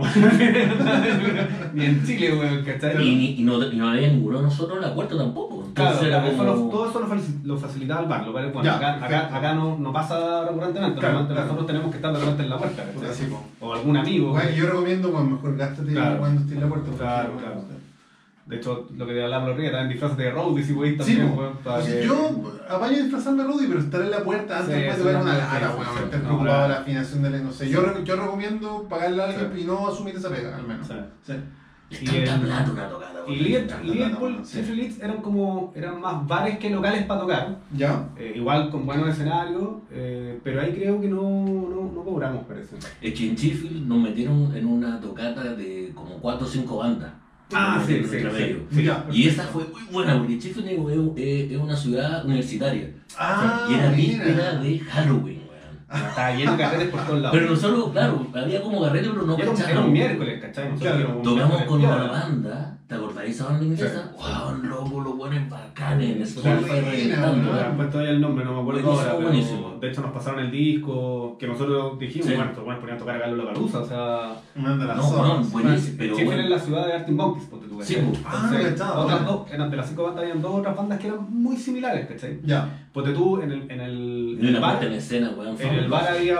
Ni en Chile, weón, ¿cachai? Y, ni- y no, y no había ninguno de nosotros en la puerta tampoco. Claro, Entonces era eso como... lo- todo eso lo, faci- lo facilitaba el bar, lo cual es bueno. Ya, acá, acá, perfecto. acá no, no pasa recurrentemente, Claro, normalmente claro. nosotros tenemos que estar de repente en la puerta, ¿cachai? Puta, sí, O algún amigo. Bueno, yo recomiendo, bueno, mejor gástate Claro. cuando estés en la puerta. porque, Claro, bueno, claro. De hecho, lo que te hablaba los ríos, también disfrazate de Roadie si podéis Sí, también, po. weón, para O sea, que- yo apaño a disfrazarme a Rudy, pero estar en la puerta antes Sí, después de sí, ver una sí, lata, sí, weón, sí, estar no, preocupado de claro. la afinación de la, no sé. Yo, re- yo recomiendo pagarle a alguien Sí. y no asumir esa pega, al menos. Sí. Sí. Y Y tanta el- plata una tocada. Y weón. Liverpool, Tanta Liverpool plata, sí. Sheffield Leeds eran como, eran más bares que locales para tocar, ¿Ya? eh, igual con buenos escenarios, eh, pero ahí creo que no, no, no cobramos, parece. Es que en Sheffield nos metieron en una tocata de como cuatro o cinco bandas. Ah, Nos sí, metieron sí, entre sí. medio. Sí, ya, Y perfecto. esa fue muy buena porque Sheffield es, es- es una ciudad universitaria. Ah, Y era mira. víspera de Halloween, weón. Estaba lleno de carretes por todos lados. Pero nosotros, claro, había como carrete, pero no era, un, era cachábamos. un miércoles, ¿cachai? Nosotros Claro. íbamos un Tocamos miércoles con piola. una banda, ¿te acordás de esa banda inglesa? ¡Wow, loco, los buenos bacanes! En Qué Spotify buena, reventando. weón. Me han puesto todavía el nombre, no me acuerdo Buenísimo, ahora, pero buenísimo. de hecho nos pasaron el disco que nosotros dijimos, Sí. bueno, estos buenos ponían a tocar acá en Lollapalooza, o sea... Manda la No, zona. no, buenísimo, pero Sheffield bueno. es la ciudad de Arctic Monkeys, ponte tú, Sí, ¿cachai? pues. Ah, Entonces, cachado, otras bueno. dos, eran de las cinco bandas, habían dos otras bandas que eran muy similares, ¿cachai? Ya. Ponte tú, en el, en el, Y en el una bar, puesta en escena, weón. en el bar había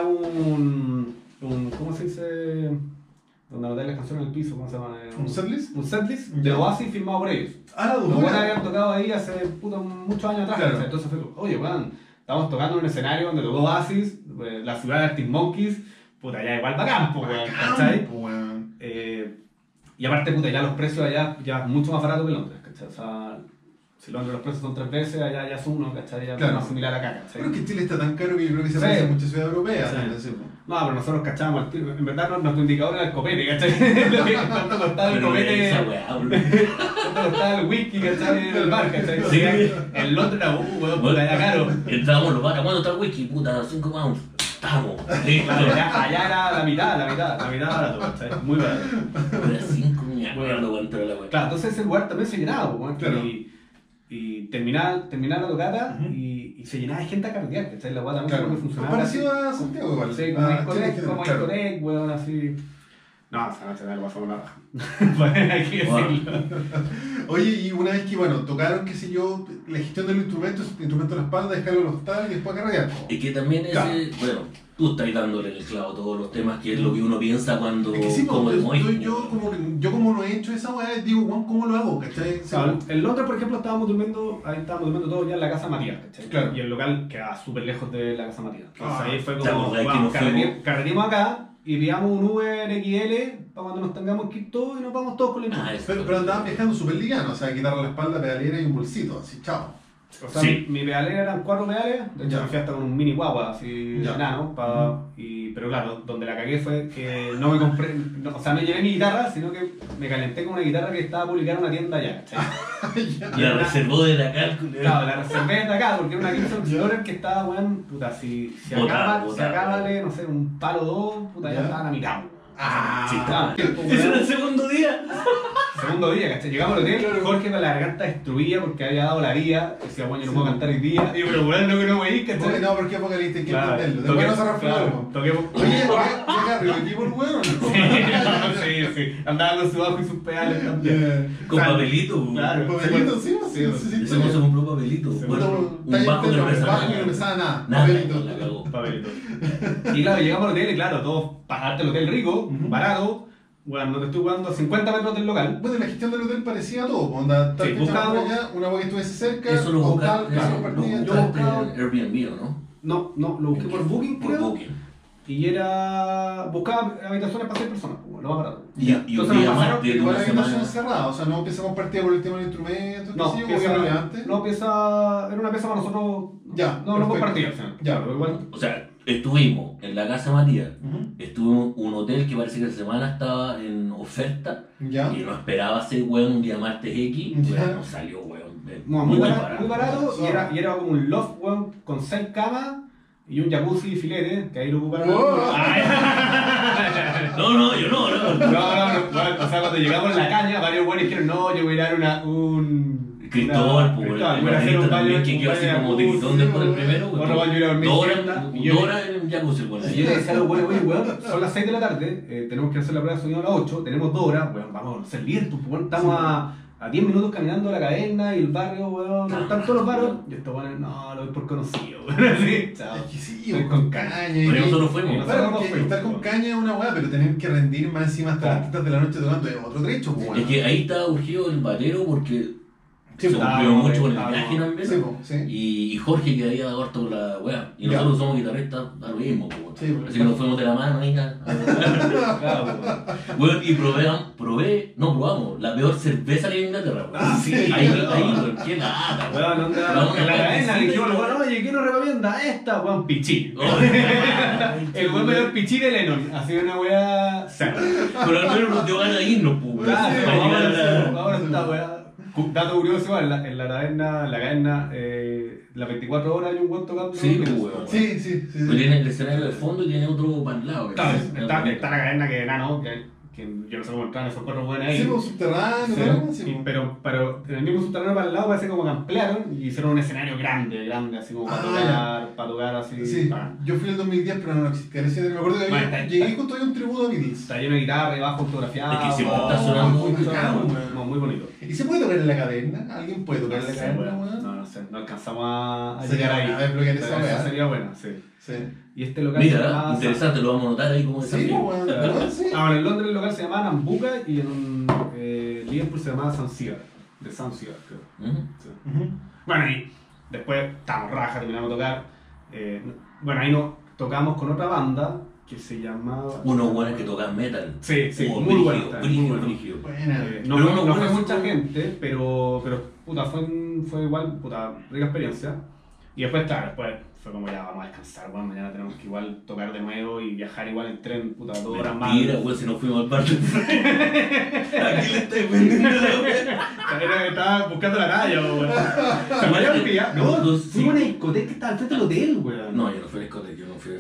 un, un, ¿cómo se dice? Donde anotáis las canciones en el piso, ¿cómo se llama? Eh, ¿Un setlist? Un setlist de Ya. Oasis firmado por ellos. Ah, la Los buenos dura. habían tocado ahí hace puta, muchos años atrás. Claro. ¿cachai? Entonces fue como, oye, weón, estamos tocando en un escenario donde tocó Oasis, eh, la ciudad de Arctic Monkeys, puta, ya igual bacán, po, weón, ¿cachai? Campo, weón. Eh, y aparte, puta, ya los precios allá ya mucho más baratos que Londres, ¿cachai? O sea, si Londres los precios son tres veces, allá ya es uno, ¿cachai? Ya Claro. es más similar acá, ¿cachai? Pero es que Chile está tan caro que yo creo que se Sí. parece a muchas ciudades europeas. Sí. entonces, pues. No, pero nosotros cachábamos al tiro. En verdad, no- nuestro indicador era el copete, ¿cachai? Lo que- ¿Cuánto costaba el Pero copete? esa weá, bro. ¿Cuánto costaba el whisky, ¿cachai? En el bar, ¿cachai? Sí. En Londres era, uh, weón, puta, ya caro. Entramos los bares, ¿cuánto está el whisky? Puta, cinco pounds. Estamos. Listo. Claro, allá, allá era la mitad, la mitad, la mitad barato, ¿cachai? Muy barato. Era cinco, me Bueno. acuerdo cuánto era la weá. Claro, entonces ese lugar también se llenaba, pues, weón, Claro. y, y terminaba, terminaba la tocata Ujú. y, y se llenaba de gente a carretear, ¿cachai? La weá también Claro. como que funcionaba. Parecido así. a Santiago igual. Sí, como Ah, discoteca, Chile, como claro. discoteca, weón, así. No, esa noche me lo pasamos la raja. Hay que Wow. decirlo. Oye, y una vez que, bueno, tocaron, qué sé yo, la gestión del instrumento, el instrumento en la espalda, dejarlo en el hostal y después carretear. Es que también ese, Claro. bueno, tú estás dándole el clavo a todos los temas, que es lo que uno piensa cuando Es que sí, como pues, el yo, Moisés, yo, como, que- yo como no he hecho esa weá, digo, Juan, ¿cómo lo hago? ¿Cachai? O sea, en Londres, por ejemplo, estábamos durmiendo, ahí estábamos durmiendo todos ya en la casa Matías, ¿cachai? Claro. Y el local quedaba súper lejos de la casa Matías. Entonces Ah, ahí fue ¿te como, acordás que wow, nos carrete- fuimos? carreteamos acá y pillamos un Uber X L para cuando nos tengamos que ir todos y nos vamos todos con la Ah, instrumento. eso. Pero, pero andaban viajando súper liviano, o sea, guitarra a la espalda, pedalera y un bolsito, así, chao. O sea, Sí. mi, mi pedalera eran cuatro pedales, de hecho Ya. me fui hasta con un mini guagua, así, Ya. enano, pa- y, pero claro, donde la cagué fue que no me compré, no, o sea, no llevé mi guitarra, sino que me calenté con una guitarra que estaba publicada en una tienda allá, ¿cachai? Ya. Y la reservó de la cálculo. Claro, la reservé de acá porque era una Gibson Ya. Explorer que estaba, weón, puta, si, si Botada, acaba, si botada, acábale, no sé, un palo o dos, puta, ya Ya. estaban a mitad, weón. Ah, Sí, Claro, Ese era el segundo día. segundo día, ¿cachai? Llegamos al hotel, Claro. Jorge con la garganta destruida porque había dado la vía, decía, bueno, yo no puedo cantar hoy día, y yo, pero weón, no que no voy a ir, Porque ¿cachai? no, porque apocalipsis hay que Claro, entenderlo. toqué- Después no se reflejó claro, algo. toqué- Oye, llega arriba aquí por huevo, ¿no? Sí, sí, andaba con su bajo y sus pedales también. Yeah. Con O sea, papelito. claro. Papelito, sí, sí, Sí, sí, sí. Ese se compró papelito. Sí, Bueno, Puta, un está bajo que no entero, pesa bajo que no nada. pesaba nada. Nada, Papelito. la cagó. Papelito. Y claro, llegamos al hotel y claro, todos pagarte el hotel rico, Ujú. barato. Bueno, no te estoy jugando a cincuenta metros del local. Bueno, la gestión del hotel parecía todo. pues, Onda, tal Sí, fecha buscábamos- por allá, una hueá que estuviese cerca, Eso lo hostal, buscaste, casa eso lo compartida. yo buscaste buscaba- en Airbnb, ¿o no? No, no, lo busqué por Booking, Por creo. Booking. Y era. Buscaba habitaciones para seis personas, como lo más barato. Y, y un Entonces día nos más pasaron de Igual una la habitación semana. cerrada, o sea, no empieza a compartir por el tema del instrumento, No, qué sé yo, pieza, como era antes. no, pieza. Era una pieza para nosotros. Ya, No, no perfecto. compartía, o sea, Ya. pero igual. O sea, estuvimos en la casa Matías. Ujú. Estuvimos en un hotel que parece que la semana estaba en oferta. Ya. Y no esperaba ser weón un día martes X. Ya. Weón, no salió weón. eh, No, muy, barato, barato. muy barato, y Zorra. era, y era como un loft, weón, con seis camas y un jacuzzi y filete, que ahí lo ocuparon. Wow. No, no, yo no, no. No, no, no, bueno, o sea, cuando llegamos en la caña, varios buenos dijeron, no, yo voy a dar una, un... Cristóbal, una- pues, Cristóbal, el voy a hacer un baterista baño, también, que un quedó así baño como de tiritón jacuzzi, después del weón. primero. Otro baño iba a dormir Dos horas, siesta, y dos yo- horas en un jacuzzi, weón. Y yo le decía a los buenos, oye, weón, son las seis de la tarde, eh, tenemos que hacer la prueba de sonido a las ocho, tenemos dos horas, weón, vamos a ser líderes, pues, weón, estamos a, a diez minutos caminando a la caverna y el barrio, weón, Claro, están todos los barrios, claro. y estos weones, no, lo doy por conocido, weón, así, chao. Es que sí, Estoy o con con caña. y- Pero nosotros fuimos. Sí, ¿no? Claro, nosotros porque fuimos, estar con weón. caña es una weá, pero tener que rendir más encima hasta Claro. las tantas de la noche tocando es otro trecho, pues, Es weón. que ahí estaba urgido el batero porque Sí, se pues, cumplió estábamos, mucho con el estábamos. viaje también. Sí, pues, sí. Y, y Jorge que había dado harto con la weá. Y Ya. nosotros somos guitarristas, da lo mismo, pues, weón. Sí, pues, Así que nos fuimos de la mano, hija. Claro, weón. Weón, y probé, probé, no probamos, la peor cerveza que hay en Inglaterra, weón. Ah, sí, Ahí, weón. ahí, weón, qué lata, weón. Weón, onda, Vamos en la a la cadena le piscina, dijimos, weón. weón, oye, ¿qué nos recomienda? Esta, weón, pichí. El weón me dio el pichí de Lennon, así una weá. Pero al menos nos dio ganas de irnos, pues, weón. Claro, Para llegar a ahora, la- ahora esta weá. Cu- Dato curioso, en la, en la taberna, en la cadena, eh, las veinticuatro horas hay un weón tocando. Sí, pues, weón. Sí, sí, sí. Pues tiene el escenario de fondo y tiene otro para el lado. Está, weón. está, está la cadena que nano, que, que yo no sé cómo entraron esos cuatro buenos ahí. Sí, pues, subterráneo, Sí, ¿no? Sí, y- pues. pero, pero en el mismo subterráneo para el lado parece como que ampliaron y hicieron un escenario grande, grande, así como para Ah, tocar, para tocar así. Sí, para- yo fui en el dos mil diez, pero no existía. Ese- Me acuerdo que Bueno, había- está- llegué está- con todavía un tributo a Beatles. Está lleno de guitarra y bajo fotografiado. Es que siempre oh, está sonando muy, muy muy, bacán, muy, weón. muy bonito. ¿Y se puede tocar en la caverna? ¿Alguien puede tocar No en la sé, caverna, weón. weón? No, no sé, no alcanzamos a, a Sería llegar ahí. buena, a ver, bloquear esa Pero weá. esa sería buena, sí. Sí. Y este local se Mira, llama interesante, lo vamos a anotar ahí como Sí, desafío. pues, weón, weón, sí. Ah, bueno, en Londres el local se llamaba Nambuca y en eh, Liverpool se llamaba Zanzíbar. De Zanzíbar, creo. Ujú. Sí. Ujú. Bueno, y después estábamos raja, terminamos de tocar. Eh, bueno, ahí nos tocamos con otra banda que se llamaba. Unos buenos que tocan metal. Sí, sí, Oh, muy brígido, bueno. está, muy brígido, bueno. brígido. Buena. Eh, no Pero fue, uno no bueno fue es mucha como- gente, pero, pero puta, fue, fue igual, puta, rica experiencia. Y después, claro, después fue como ya vamos a descansar, bueno, mañana tenemos que igual tocar de nuevo y viajar igual en tren, puta, dos horas más. Mentira, weón, si no fuimos al parque. Aquí le estáis vendiendo la weá. Era- Estaba buscando la talla, weón. ¿Se me había olvidado? No, Los- fuimos a una discoteca que estaba al frente del hotel, weón. No, yo no fui al discoteca, yo no fui al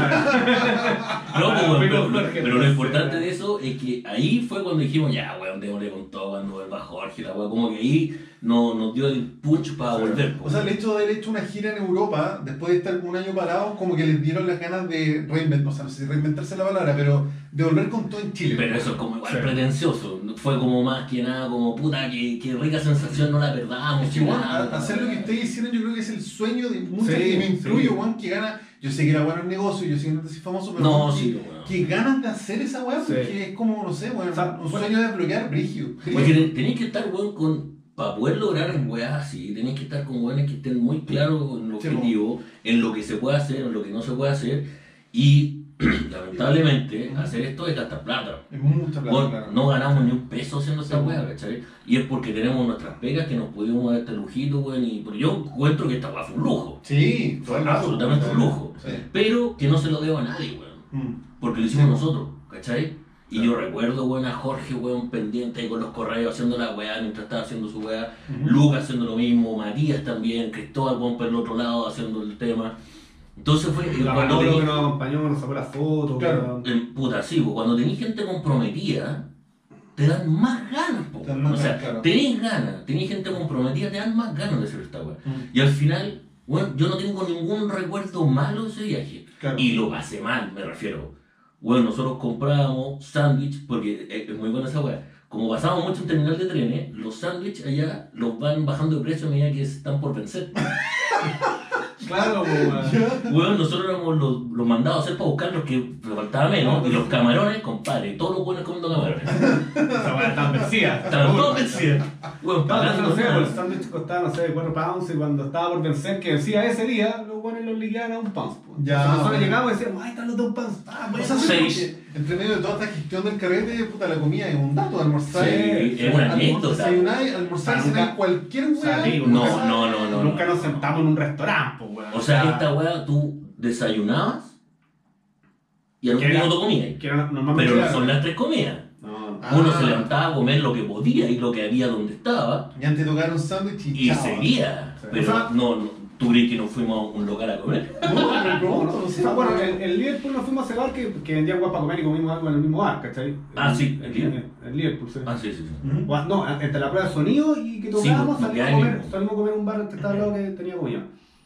Ah, No, pues, Ah, weón, fui pero, con Jorge, pero lo entonces, importante eh. de eso es que ahí fue cuando dijimos, ya, weón, démosle con todo cuando vuelva Jorge, la weón, como que ahí no, nos dio el punch para volver. O sea, el hecho de haber hecho una gira en Europa, después después de estar un año parado, como que les dieron las ganas de reinventar, o sea, no sé si reinventarse la palabra, pero de volver con todo en Chile. Pero eso es como igual Sí. pretencioso. Fue como más que nada como puta, que, que rica sensación, no la perdamos. Es que, weón, nada, a- hacer lo que ustedes hicieron, yo creo que es el sueño de muchos, Sí, y me incluyo, sí. weón, que gana. Yo sé que era bueno el negocio, yo sé que no te soy famoso, pero No, weón, sí, que, weón. que ganas de hacer esa weá, Sí. porque es como, no sé, weón, O sea, un bueno. sueño de desbloquear brigio. Porque te- tenéis que estar, weón, con. Para poder lograr weas así, tenéis que estar con weones que estén muy claros en lo Sí, objetivo, en lo que se puede hacer, en lo que no se puede hacer. Y lamentablemente, hacer esto es gastar plata. Es mucha plata, Bueno, claro. no ganamos ni un peso haciendo esta Sí. wea, ¿cachai? Y es porque tenemos nuestras pegas que nos pudimos dar este lujito, weón. Y pero yo encuentro que esta wea fue un lujo. Sí, Fue un absolutamente un lujo. Sí. Pero que no se lo debo a nadie, weón. Mm. Porque lo hicimos Sí. nosotros, ¿cachai? Y yo recuerdo, weón, a Jorge, weón, pendiente ahí con los correos haciendo la weá mientras estaba haciendo su weá. Ujú. Lucas haciendo lo mismo, Matías también, Cristóbal, weón, por el otro lado haciendo el tema. Entonces fue eh, La cuando Manolo que tení- nos acompañó, nos sacó la foto. Claro. weón. en puta, sí, pues, cuando tenéis gente comprometida, te dan más ganas, po, Te dan weón. más O sea, ganas, claro. tenéis ganas, tenéis gente comprometida, te dan más ganas de hacer esta weá. Mm. Y al final, weón, yo no tengo ningún recuerdo malo de ese viaje. Claro. Y lo pasé mal, me refiero. Bueno, nosotros comprábamos sándwich, porque es es muy buena esa weá. Como pasamos mucho en terminal de trenes, los sándwiches allá los van bajando de precio a medida que están por vencer. Claro, weón. Bueno, nosotros éramos los, los mandados a hacer para buscar los que me faltaba menos. Y los camarones, compadre, todos los buenos comiendo camarones. Esa weá está vencida. Estaban todos vencidos. Bueno, No, pagando no sé, nada. el sándwich costaba, no sé, cuatro pounds y cuando estaba por vencer, que decía ese día, los buenos los liquidaban a un pound. po. Ya, Entonces nosotros bueno. llegamos y decíamos, ay, están los de un pound. Ah, O bueno. sea, sí, Seis. porque entre medio de toda esta gestión del carrete, puta, la comida es un dato, almorzar. Sí, es una almor- anécdota. Desayunar, almorzar, O sea, cenar nunca- cualquier o sea, weá. digo, No, nunca- no, no, no. Nunca nos sentamos en un restaurante, po, weón. O sea, esta weá tú desayunabas y al Que último era- tú comías. que era normalmente Pero no era- son las tres comidas. No, Ah. Uno se levantaba a comer lo que podía y lo que había donde estaba Y antes de tocar un sándwich y, y chao. seguía. Sí. Pero O sea- no, no, ¿tú crees que nos fuimos a un local a comer? No, me no, pregunto, no, no o sé. sea, bueno, en, en Liverpool nos fuimos a ese bar que, que vendían guapa para comer y comimos algo en el mismo bar, ¿cachai? Ah, sí, en, en Liverpool. en, en Liverpool, sí. Ah, sí, sí, sí. Ujú. Gua- No, entre la prueba de sonido y que Sí, tocábamos, pues, salimos, ya a ahí comer, mismo. salimos a comer en un bar que estaba al lado que tenía comida.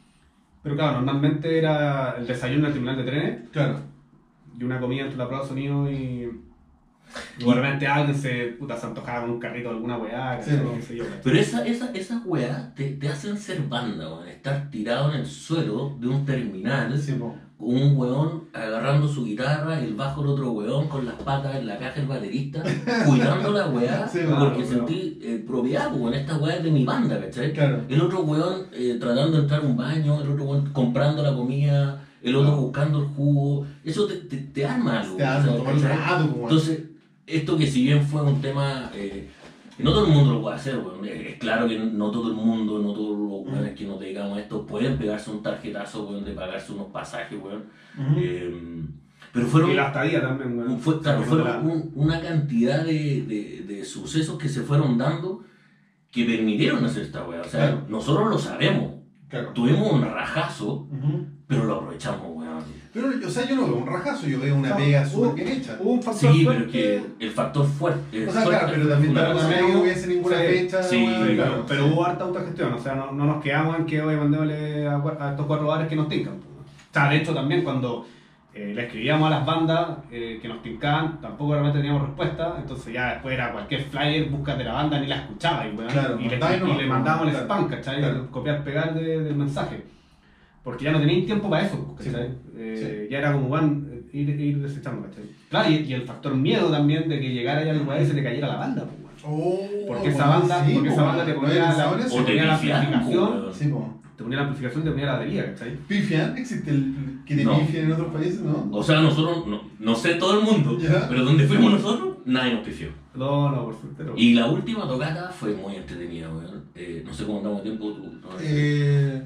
Pero claro, normalmente era el desayuno en el terminal de trenes Claro. y una comida entre la prueba de sonido y... Igualmente alguien se, puta, se antojaba con un carrito de alguna weá, Sí, ¿cachai? no. Qué sé yo, ¿cachai? Pero esa, esa, esas weas te, te hacen ser banda, weón. Estar tirado en el suelo de un terminal, Sí, po. con un weón agarrando su guitarra, el bajo del otro weón con las patas en la caja del baterista, cuidando la weá, Sí, porque claro, sentí eh, propiedad, weón. Esta weá es de mi banda, ¿cachai? Claro. El otro weón eh, tratando de entrar a un baño, el otro weón comprando la comida, el otro Claro. buscando el jugo. Eso te, te, te arma algo. Te arma, ¿cachai? tomar el rato, po, weón. Entonces, esto que si bien fue un tema eh, que no todo el mundo lo puede hacer, weón. Es es claro que no todo el mundo, no todos los weones que nos dedicamos a esto pueden pegarse un tarjetazo, weón, de pagarse unos pasajes, weón. Ujú. Eh, pero fueron, Y la estadía también, weón. fue- claro, O sea, fueron la- un- una cantidad de, de, de sucesos que se fueron dando que permitieron hacer esta weá. O sea, Claro. nosotros lo sabemos. Claro. Tuvimos un rajazo, Ujú. pero lo aprovechamos, weón. Pero, o sea, yo no veo un rajazo, yo veo una No, pega hubo- súper bien hecha. Hubo un factor Sí, pero es suerte- que el factor fuerte. el O sea, fuerte claro, pero también fue una tampoco cosa. no hubiese ninguna Sí, fecha. sí, weón, Sí, claro, claro, pero sí. hubo harta autogestión, o sea, no, no nos quedamos en que hoy mandémosle a, cua- a estos cuatro bares que nos tincan. O sea, de hecho también cuando eh, le escribíamos a las bandas eh, que nos tincaban, tampoco realmente teníamos respuesta, entonces ya después era cualquier flyer, búscate la banda, ni la escuchaba y, weón, Claro, y, le, mandáis y nomás, le mandábamos el claro, spam, ¿cachai? claro. El copiar, pegar de- del mensaje. Porque ya no tenían tiempo para eso, ¿cachai? Sí, Eh, Ya era como, van, ir, ir desechando, ¿cachai? Claro, y, y el factor miedo también de que llegara ya el weá y se te cayera la banda, pues, weón. Oh, Porque esa weón, banda, sí, porque esa po, banda te ¿no ponía, había la, pensado en te eso? O te ponía la pifian, amplificación, weón. Sí, po. te ponía la amplificación, te ponía la batería, ¿cachai? ¿Pifian? ¿Existe el que te No. pifian en otros países? ¿No? O sea, nosotros, no, no sé todo el mundo, Ya. pero donde fuimos nosotros, nadie nos pifió. No, no, por suerte no. Y la última tocata fue muy entretenida, weón. Eh, no sé cómo andamos de tiempo. tú- tú- Eh...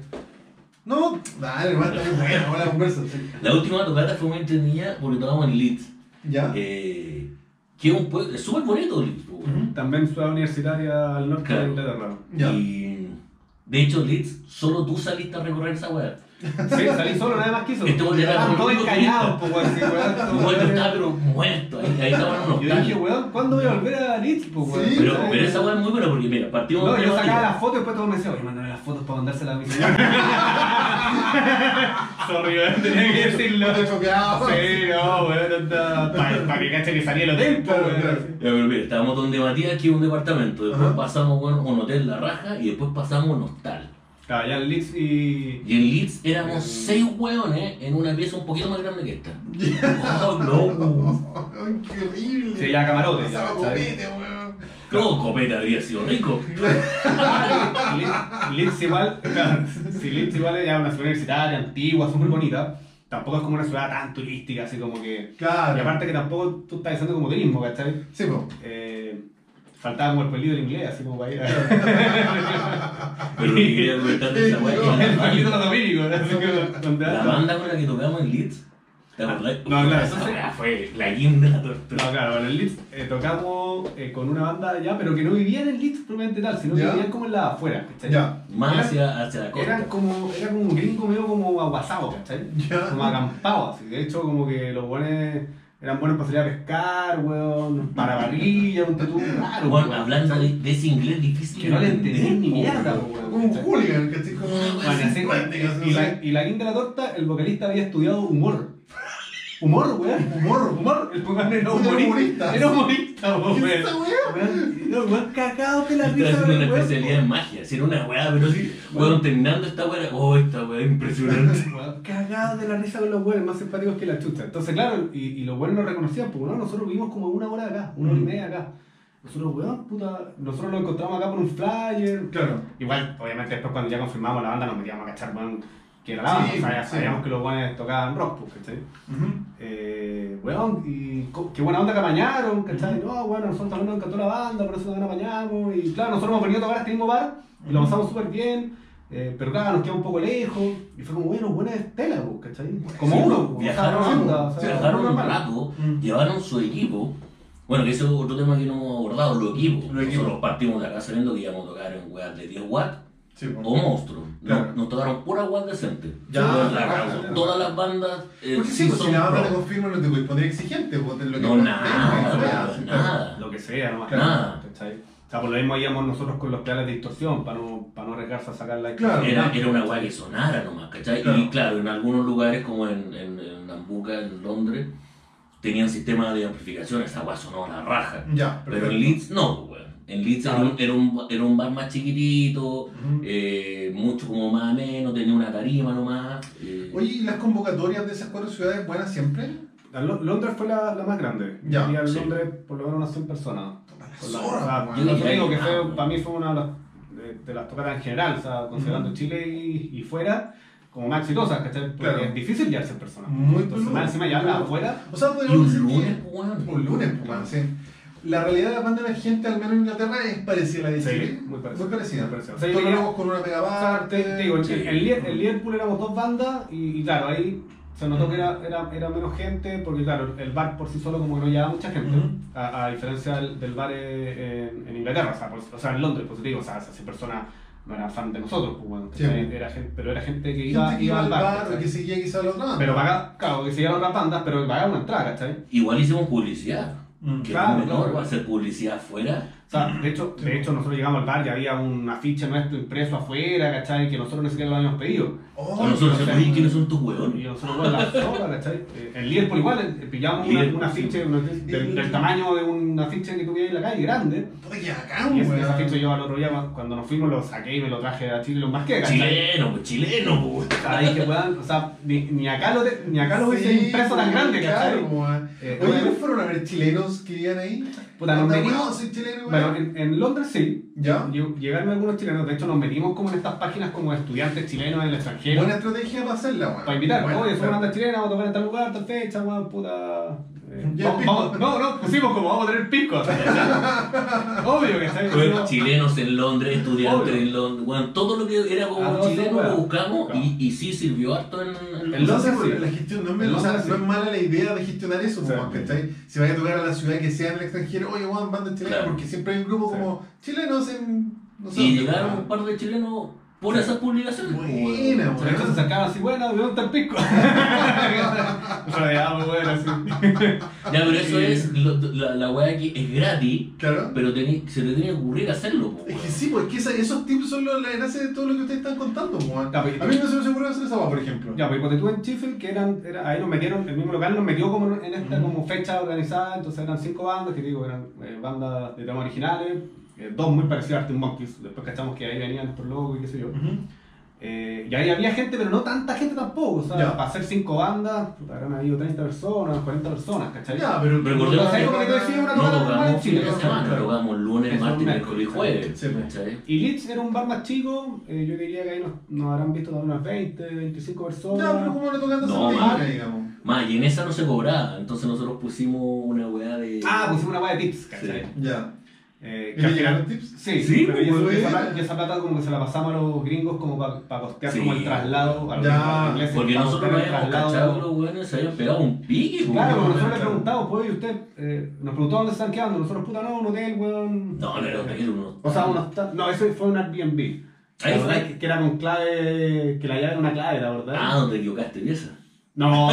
No, dale, hermano, está muy buena, buena conversa. Sí. La última tocata fue muy entretenida porque tocamos en Leeds. ¿Ya? Eh, que es un pueblo, es súper bonito Leeds, weón. Ujú. También ciudad universitaria al norte Claro. de Inglaterra. Ya. Y de hecho, Leeds, solo tú saliste a recorrer esa weá. Sí, salí solo, nada más quiso. Este weón era Estaban todos como encañados, pues, weón. Sí, weón. todos- Igual yo estaba pero muerto, ahí, ahí estaban unos Yo dije, tallos. weón, ¿cuándo voy a volver a Leeds, pues, weón? Sí, Pero, ¿sabes? pero esa weá es muy buena porque mira, partimos No, de yo una sacaba batida. las fotos y después todos me decían, oye, mándame las fotos para mandárselas a mi señora. Sorry, weón, tenía que decirlo. No te choqueaba. Sí, no, weón, para pa que cache que salía el hotel, pues, Claro, weón. claro. Ya, pero mira, estábamos donde Matías, que es un departamento. Después Ajá. pasamos bueno, un hotel La Raja y después pasamos un hostal. Claro, ya en Leeds y... Y en Leeds éramos seis hueones en una pieza un poquito más grande que esta. ¡Oh, no! Ay, qué horrible. Sí, ya camarote, ya, Pasaba ¿sabes? copete, weón. No, copeta habría sido rico. Leeds- Leeds igual, claro, sí, Leeds igual es ya una ciudad universitaria, antigua, súper bonita. Tampoco es como una ciudad tan turística, así como que... Claro. Y aparte que tampoco tú estás diciendo como turismo, ¿cachai? Sí, po. Eh, faltaba como el pueblito del inglés, así como para ir a... Pero que quería comentar de esa el hueá. pueblito de los dominicos, así que... donde La banda con la que tocamos en Leeds, ¿te acordás? No, claro, Esa eso sí. weá fue la guinda de la tortura. No, claro, en el Leeds eh, tocamos eh, con una banda ya, pero que no vivían en Leeds propiamente tal, sino que Ya. vivían como en la afuera, ¿cachai? Ya. Más Eran- hacia, hacia la costa. Eran como, era como un gringo medio como aguasado, ¿cachai? Ya. Como acampado, así. De hecho, como que los buenos eran buenos para salir a pescar, weón, para parrilla, un tatú raro, Bueno, weón, hablando ¿cachai? de, de ese inglés difícil Que no le entendí ni po, mierda, weón. weón. Como un hooligan, ¿cachai? Como Bueno, Bueno, así- cincuenta, y, no y sé. la, y la guinda de la torta, el vocalista había estudiado humor. Humor, weón. Humor. Humor. El weón era Era humorista. humorista. Era humorista, weón. ¿Qué es esa weá? Weón, no, weón, cagado que la Estaba risa, haciendo una weón. especialidad en magia, si era una weá, pero sí, weón, terminando esta weá, oh, esta weá impresionante. Weón, cagado de la risa con los weones más simpáticos que la chucha. Entonces, claro, y, y los weones nos reconocían, porque no, nosotros vivimos como una hora acá, una hora y media acá. Nosotros, weón, puta, nosotros lo encontramos acá por un flyer. Claro. Igual, obviamente, después cuando ya confirmamos la banda nos metíamos a cachar, weón, que era la banda. Sí, o sea, ya sí. sabíamos que los weones tocaban rock, pues, ¿cachai? Ujú. Eh, weón, y co- qué buena onda que apañaron, ¿cachai? No, bueno, nosotros también nos encantó la banda, por eso también apañamos. Y claro, nosotros hemos venido a tocar a este mismo bar y lo pasamos súper bien. Eh, pero claro, nos queda un poco lejos. Y fue como, bueno, buena estela, pues, ¿cachai? Como Sí, uno, pues, pues, viajaron, o sea, onda, o sea, viajaron un normal. rato, Mm. llevaron su equipo. Bueno, que ese es otro tema que no hemos abordado, los equipos. Los equipos. Nosotros partimos de acá sabiendo que íbamos a tocar en weas de diez watts Sí, po. o monstruos. Claro. Nos, nos tocaron pura watts decente. Ya, Nos la claro, cagamos. claro. Todas las bandas. eh, Porque sí, sí pues si son la banda pro. te confirma, no te puedes poner exigente. Pues, de lo que No, contenga, nada, weá, sí, nada. Lo que sea, nomás. Nada. ¿Cachai? O sea, por lo mismo íbamos nosotros con los pedales de distorsión, para no, para no arriesgarse a sacar la Claro. Era, era una weá que sonara nomás, ¿cachai? Claro. Y claro, en algunos lugares como en, en, en Nambuca, en Londres, tenían sistema de amplificación, esa weá sonaba a la raja. Ya, Pero perfecto. en Leeds no, pues, weón. En Leeds era, un, era, un, era un bar más chiquitito, Ujú. eh, mucho como más ameno, tenía una tarima nomás. eh. Oye, ¿y las convocatorias de esas cuatro ciudades buenas siempre? La Lo- Londres fue la, la más grande. Ya, Y en sí. Londres por lo menos unas cien personas. Por la- zorra, o sea, weón. yo te digo que Ah, fue, weón. para mí fue una de las, de, de las tocadas en general, o sea, considerando Ujú. Chile y, y fuera, como más exitosas, ¿cachai? Porque Claro. es difícil llegar a cien personas. Muy Entonces, peludo. más encima ya la afuera. O sea, Y podríamos un decir lunes, que- pues, weón. Un lunes, pues, man, sí. La realidad de la banda emergente, al menos en Inglaterra, es parecida a la de Sí, Chile. muy parecida. Muy parecida. Muy parecida. O sea, yo Todos diría- luego con una mega O sea, te, parte. te digo, en, Sí. en Lier- en Liverpool éramos dos bandas y, y claro, ahí se notó que era, era, era menos gente porque claro, el bar por sí solo como que no llevaba mucha gente, Ujú. a, a diferencia del, del bar eh, en, en Inglaterra, o sea, por- o sea, en Londres, pues te digo, o sea, esas personas no eran fan de nosotros, pues, bueno, Sí. ¿cachai? Era gente, pero era gente que iba, Gente que iba al bar, bar, ¿cachai? que seguía quizá a la otra banda. Pero pagaba, claro, que se iban otras bandas, pero pagaba una entrada, ¿cachai? Igual hicimos publicidad. Mm. Que Claro, es menor, claro. hacer publicidad afuera. O sea, de hecho, de hecho nosotros llegamos al bar y había un afiche nuestro impreso afuera, ¿cachai? Que nosotros ni siquiera lo habíamos pedido. Oh, O nosotros no sé. decimos, "Oye, ¿quiénes son tus Y hueones?" nosotros con la sopa, ¿cachai? Eh, En Liverpool igual, eh, pillamos una- Liverpool, un afiche una- del, del tamaño de un afiche que tuviera en la calle, grande. puta que bacán, Y ese, weón. ese afiche yo al otro día, cuando nos fuimos, lo saqué y me lo traje a Chile y lo marqué, ¿cachai? Chileno, pues chileno, pues. O sea, ahí que puedan, o sea, ni, ni acá lo, de- ni acá lo hubiese Sí, impreso tan grande, ¿cachai? claro, weón. Eh, Oye, bueno. ¿no fueron a ver chilenos que vivían ahí? Puta, nos Anda, metimos- weón, soy chileno, Bueno, weón. en, en Londres sí. ¿Ya? Lle- Llegaron algunos chilenos, de hecho nos metimos como en estas páginas como estudiantes chilenos en el extranjero. Buena estrategia para hacerla, weón. Para invitar, Buena, oye, somos claro. una banda chilena, vamos a tocar en tal lugar, tal fecha, weón, puta. eh, Ya, vamos- pisco. vamos- no, no, pusimos como vamos a tener pisco. Obvio que está Bueno, chilenos en Londres, estudiantes Obvio. en Londres, bueno, todo lo que era como Ah, no, chileno no, lo buscamos claro. y, y sí sirvió harto en, en En Londres Entonces, sí. la gestión no es, En o sea, Londres no sí. es mala la idea de gestionar eso, Sí. como, ¿cachai? Si vaya a tocar a la ciudad que sea en el extranjero, oye, weón, banda chilena, Claro. porque siempre hay un grupo Sí. como chilenos en. No sé Y dónde, llegaron weón. un par de chilenos por esas publicaciones. Buena, O sea, entonces se acercaban así, bueno, ¿de dónde está el pisco? Rodeado, bueno, así. Ya, pero eso es lo- la, la weá que es gratis, Claro. pero tení- se te tiene que ocurrir hacerlo, po, Es que weón. sí, pues es que esa- esos tips son lo- la gracia de todo lo que ustedes están contando, pues, weón. Ya, pues, A mí no se me ocurrió hacer esa weá, por ejemplo. Ya, pues cuando estuve en Chifel, que eran, era, ahí nos metieron, el mismo local nos metió como en esta Ujú. como fecha organizada, entonces eran cinco bandas, que digo, eran eh, bandas de temas originales, eh, dos muy parecidas a Arctic Monkeys, después cachamos que ahí venían estos locos y qué sé yo. Ujú. Eh, y ahí había gente, pero no tanta gente tampoco, o sea, Ya. para hacer cinco bandas, puta, habrán habido treinta personas, cuarenta personas, ¿cachai? Ya, pero. Recordemos Entonces, que como que te decía, una no tocada normal en tocamos Chile, fin de ¿no? semana, Claro. tocamos lunes, Eso, martes, miércoles. miércoles y jueves. Sí, pues. ¿cachai? Y Leeds era un bar más chico, eh, yo diría que ahí nos, nos habrán visto también unas veinte, veinticinco personas. Ya, pero como no tocando No, esa man. técnica, digamos. Más, y en esa no se cobraba, entonces nosotros pusimos una weá de. Ah, pusimos una guay de tips, ¿cachai? Ya. Eh, ¿Y que le al final- llegaron tips? Sí, Sí, pero y pues, eso- muy esa, bien. plata, y esa plata como que se la pasamos a los gringos como para costear Sí. como el traslado a los Ya, ingleses. Porque pa' nosotros no costear el habíamos traslado. cachado que los weones se habían pegado un pique, po, Claro, weón. porque nosotros le claro. preguntamos, pues, ¿y usted? Eh, nos preguntó dónde se están quedando. Nosotros, puta, no, un hotel, weón. No, no era hotel, uno. O sea, uno está. No, eso fue un Airbnb. Ahí La fue. verdad que, que era con clave. Que la llave era una clave, la verdad. Ah, donde equivocaste, pieza. No, no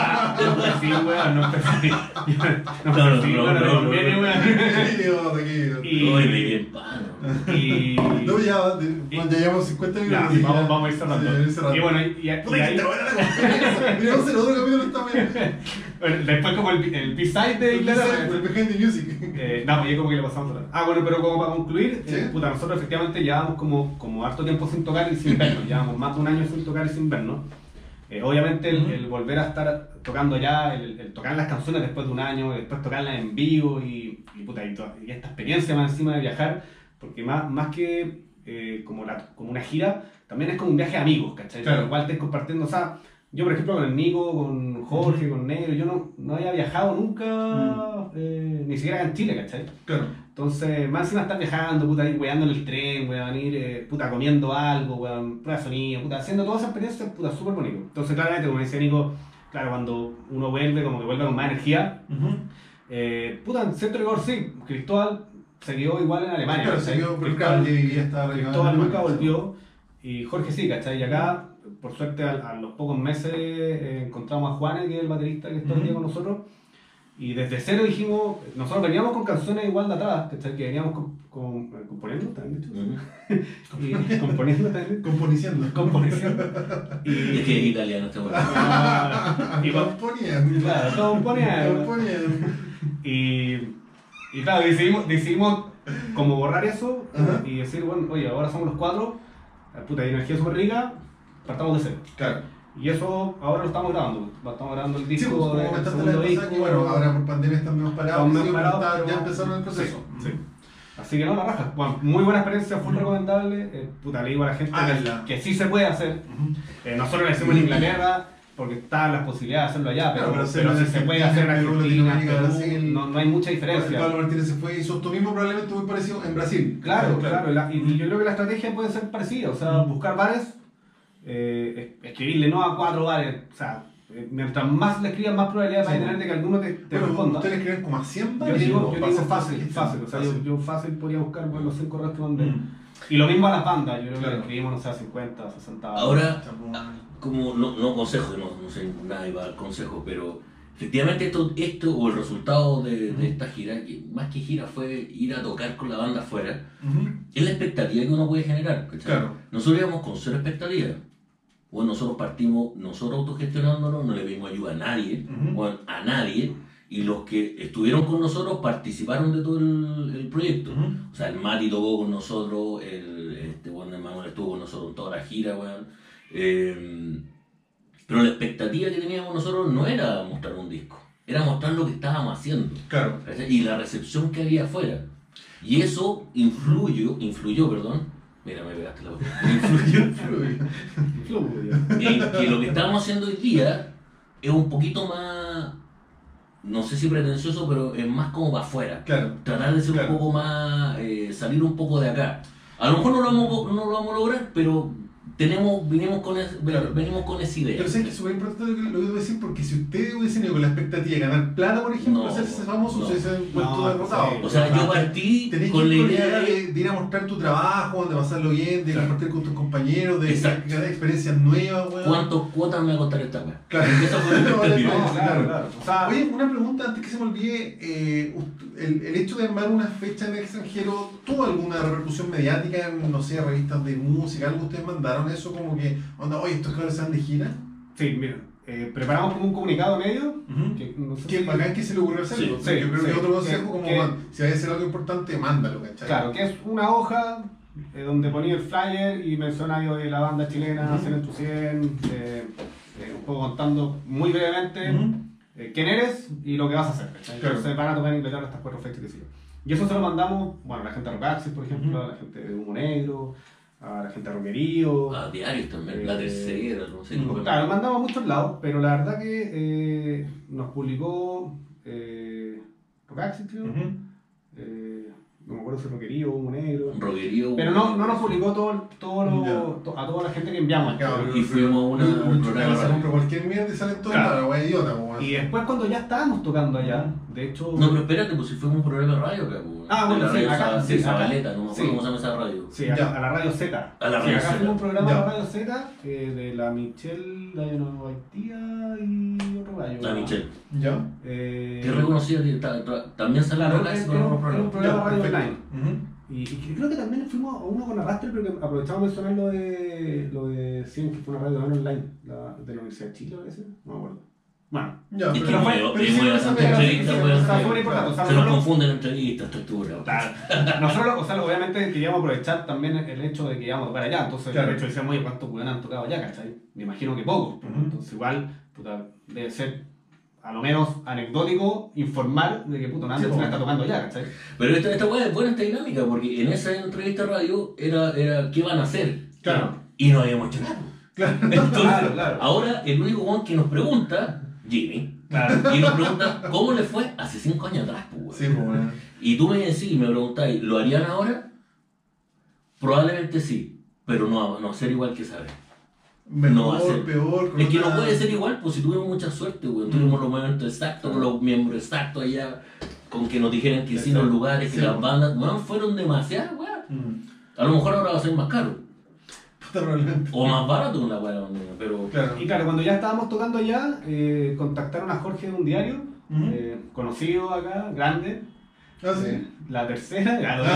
sí, weón, no empecé. No, No, no, empecé, no, bueno, no, me no, conviene, no. weón. Tranquilo, tranquilo. Y- Uy, me bien pano. Y. No, ya, de- bueno, ya llevamos cincuenta Ya, minutos. y vamos, vamos a ir cerrando. Sí, ir cerrando. Y bueno, y, y, y Puta, que ahí. te buena la conferencia. Miramos el otro capítulo también. Bueno, después como el, el B-side de Inglaterra. El Behind the Music. Eh, no, pues ya como que le pasamos a Ah, bueno, pero como para concluir, ¿Sí? eh, puta, nosotros efectivamente llevamos como, como harto tiempo sin tocar y sin vernos, llevamos más de un año sin tocar y sin vernos. Eh, obviamente el, Ujú. el volver a estar tocando ya, el, el tocar las canciones después de un año, después tocarlas en vivo y, y, puta, y, to- y esta experiencia más encima de viajar, porque más, más que eh, como, la, como una gira, también es como un viaje de amigos, ¿cachai? Claro. Igual te compartiendo, o sea, yo por ejemplo con el Nico, con Jorge, con Negro, yo no, no había viajado nunca, Mm. eh, ni siquiera acá en Chile, ¿cachai? Claro. Entonces, más encima estar viajando, puta, ir weando en el tren, weón, ir, eh, puta, comiendo algo, weón, prueba de sonido, puta, haciendo toda esa experiencia, puta, súper bonito. Entonces, claramente, como decía Nico, claro, cuando uno vuelve, como que vuelve con más energía, eh, puta, en cierto rigor sí, Cristóbal se quedó igual en Alemania. Claro, se ¿cachai? quedó por el Cristóbal, cable y ya estaba arriba. Cristóbal nunca volvió, y Jorge sí, ¿cachai? Y acá, por suerte, a, a los pocos meses eh, encontramos a Juanes, que es el baterista que está hoy día con nosotros, y desde cero dijimos, nosotros veníamos con canciones igual de atrás, ¿cachai? Que veníamos con, con- eh, componiendo, ¿también dicho? Ujú. Y, componiendo también. Componiciendo. Componiendo. Es Y, que es italiano este weón. Ah, y, con- Componiendo. claro, componiendo. Componiendo. Y, y claro, decidimos, decidimos como borrar eso Ajá. y decir, bueno, oye, ahora somos los cuatro, la puta, hay energía súper rica, partamos de cero. Claro. Y eso ahora lo estamos grabando, estamos grabando el Sí, disco, pues, como de- el comentaste la segundo vez pasada, que disco. bueno, ahora por pandemia están menos parados, Estamos sí, menos pero parados, está- ya pero- empezaron el proceso. Sí, sí. Así que no, la raja. Bueno, muy buena experiencia, full recomendable. Eh, puta, le digo a la gente Háganla. que, que sí se puede hacer. Ujú. Eh, nosotros lo hicimos en Inglaterra porque están las posibilidades de hacerlo allá, pero, Claro, pero pero, hacerlo si en se puede Argentina, hacer en Perú, Argentina, Latinoamérica, Perú, Brasil. no, no hay mucha diferencia. Pablo Martínez se fue y hizo esto mismo, probablemente muy parecido en Brasil. Claro, claro. la- y, y yo creo que la estrategia puede ser parecida. O sea, buscar bares, eh, es- escribirle no a cuatro bares. O sea, eh, mientras más le escribas, más probabilidades Sí. va a tener de que alguno te, te Pero responda. ustedes creen como a cien Yo bares, digo, ¿no? yo Para digo hacer fácil, fácil, fácil. O sea, yo, fácil. yo fácil podría buscar bueno, los cinco correos que mandé. Mm. Y lo mismo a las bandas. Yo creo que Claro. le escribimos, no sé, a cincuenta, sesenta. Ahora, Chapo. como no, no consejo, no, no sé nada iba al consejo, pero efectivamente esto, esto o el resultado de, de esta gira, que más que gira fue ir a tocar con la banda afuera, Ujú. es la expectativa que uno puede generar. ¿cachai? Claro. Nosotros íbamos con cero expectativa. Bueno, nosotros partimos, nosotros autogestionándonos, no le pedimos ayuda a nadie, Ujú. bueno, a nadie, y los que estuvieron con nosotros participaron de todo el, el proyecto. Ujú. O sea, el Mati tocó con nosotros, el, este, bueno, el Manuel estuvo con nosotros en toda la gira, weón. Eh, pero la expectativa que teníamos nosotros no era mostrar un disco, era mostrar lo que estábamos haciendo. Claro. ¿cachai? Y la recepción que había afuera. Y eso influyó, influyó, perdón. Mira, me pegaste la boca. Influyó Fluye. en que lo que estamos haciendo hoy día es un poquito más, no sé si pretencioso, pero es más como para afuera. Claro. Tratar de ser Claro. un poco más, eh, salir un poco de acá. A lo mejor no lo vamos, no lo vamos a lograr, pero tenemos, venimos con, es, Claro. venimos con esa idea. Pero sé que es súper importante lo que, lo que tú decís, porque si ustedes hubiesen ido con la expectativa de ganar plata, por ejemplo, No, hacerse famoso, no. se hubiesen puesto No, derrotados. sí. O sea, yo partí Tenés con que la ir con idea la de... de, de ir a mostrar tu trabajo, de pasarlo bien, de Claro. compartir con tus compañeros, de Exacto. ganar experiencias nuevas, weón. ¿Cuántos cuotas me va a costar esta weá? Claro. Esa fue mi expectativa. No, claro, claro. O sea, Oye, una pregunta antes que se me olvide. Eh, el, el hecho de armar una fecha en el extranjero, ¿tuvo alguna repercusión mediática en, no sé, revistas de música? ¿Algo ustedes mandaron eso como que, onda, oye, estos cabros se van de gira? sí, mira, eh, preparamos como un comunicado medio. Ujú. Que no sé Qué si- bacán que se le ocurrió hacerlo. Sí, O sea, sí, yo creo sí. que otro consejo, Que- como que- man, si hay que hacer algo importante, mándalo, ¿cachai? Claro, que es una hoja eh, donde ponía el flyer y mencionaba de la banda chilena, Ujú. cien en tu cien, eh, eh, un poco contando muy brevemente Ujú. eh, quién eres y lo que vas a hacer. ¿cachai? Claro. Entonces van a tocar en Inglaterra estas cuatro fechas que sí. Y eso se lo mandamos, bueno, a la gente de Rocaxis, por ejemplo, Ujú. a la gente de Humo Negro, a la gente de Roquerío. A diarios también, la Eh, tercera, no sé. mm, cómo- Claro, lo mandamos a muchos lados, pero la verdad que eh, nos publicó eh, Rocaxis, creo. Ujú. Eh, no me acuerdo si Roquerío o Humo Negro. Un roguerío. Pero no, no nos publicó todo, todo lo- Ya. to- a toda la gente que enviamos. Claro, Y fuimos a una- un un programa se radio. compra cualquier mierda y sale todo Claro. la wea idiota, po, weón. Y después cuando ya estábamos tocando allá, de hecho... No, pero espérate, pues si fuimos un programa de radio acá, pues. Ah, bueno, de la sí, radio acá, Za- sí, de acá. Zabaleta, no me acuerdo Sí. cómo se llama esa radio. Sí, a, Ya. a la Radio Z. A la Sí, Radio acá Z. fuimos un programa Ya. de la Radio Z eh, de la Michelle, la Baitía y otro gallo. La Michelle. ¿Ya? Eh, Que reconocida, que ta- ta- también sale Claro, a Roca era- con era otro un- era un programa. programa Ya, radio perfecto. online. Ujú. Y, y creo que también fuimos a uno con Arrastre, pero que aprovechamos de mencionar lo de, lo de cien, que fue una radio también online, la, de la Universidad de Chile, parece. No me acuerdo. Bueno, Ya, Es que pero fue- yo- pero yo sí, voy a esa tanta wea- entrevista, sí, voy a sí, está sí, súper importante. O sea, Se nos nosotros- confunden entrevistas, estoy seguro. Claro. Nosotros, o sea, obviamente queríamos aprovechar también el hecho de que íbamos a tocar allá. Entonces, Claro. de hecho, decíamos, oye, ¿cuántos weones han tocado allá, cachai? Me imagino que pocos. Ujú. Entonces, igual, puta, debe ser a lo menos anecdótico informar de que puta, una Sí, banda po. está tocando allá, cachai. Pero esta, esta weá es buena esta dinámica, porque en esa entrevista radio era, era ¿qué van a hacer? Claro. Y no habíamos hecho nada. Claro. Entonces, Claro, claro. ahora el único one que nos pregunta, Jimmy, Claro. y nos pregunta, ¿cómo le fue hace cinco años atrás? Pues, weón? Sí, pues, weón. Y tú me decís, me preguntáis, ¿lo harían ahora? Probablemente sí, pero no, no ser igual que saber. Mejor, No va a ser. peor. con Es que no otra- puede ser igual, pues si tuvimos mucha suerte, weón. Tuvimos los momentos exactos, con los miembros exactos allá, con que nos dijeran que sí, los lugares, que Sí, las pues. bandas, weón, fueron demasiadas, weón. Mm. A lo mejor ahora va a ser más caro, Puta, probablemente. o más barato una weá, pero... Claro. Y claro, cuando ya estábamos tocando allá, eh, contactaron a Jorge de un diario, Ujú. eh, conocido acá, grande. Ah, sí. Eh, la tercera, ya lo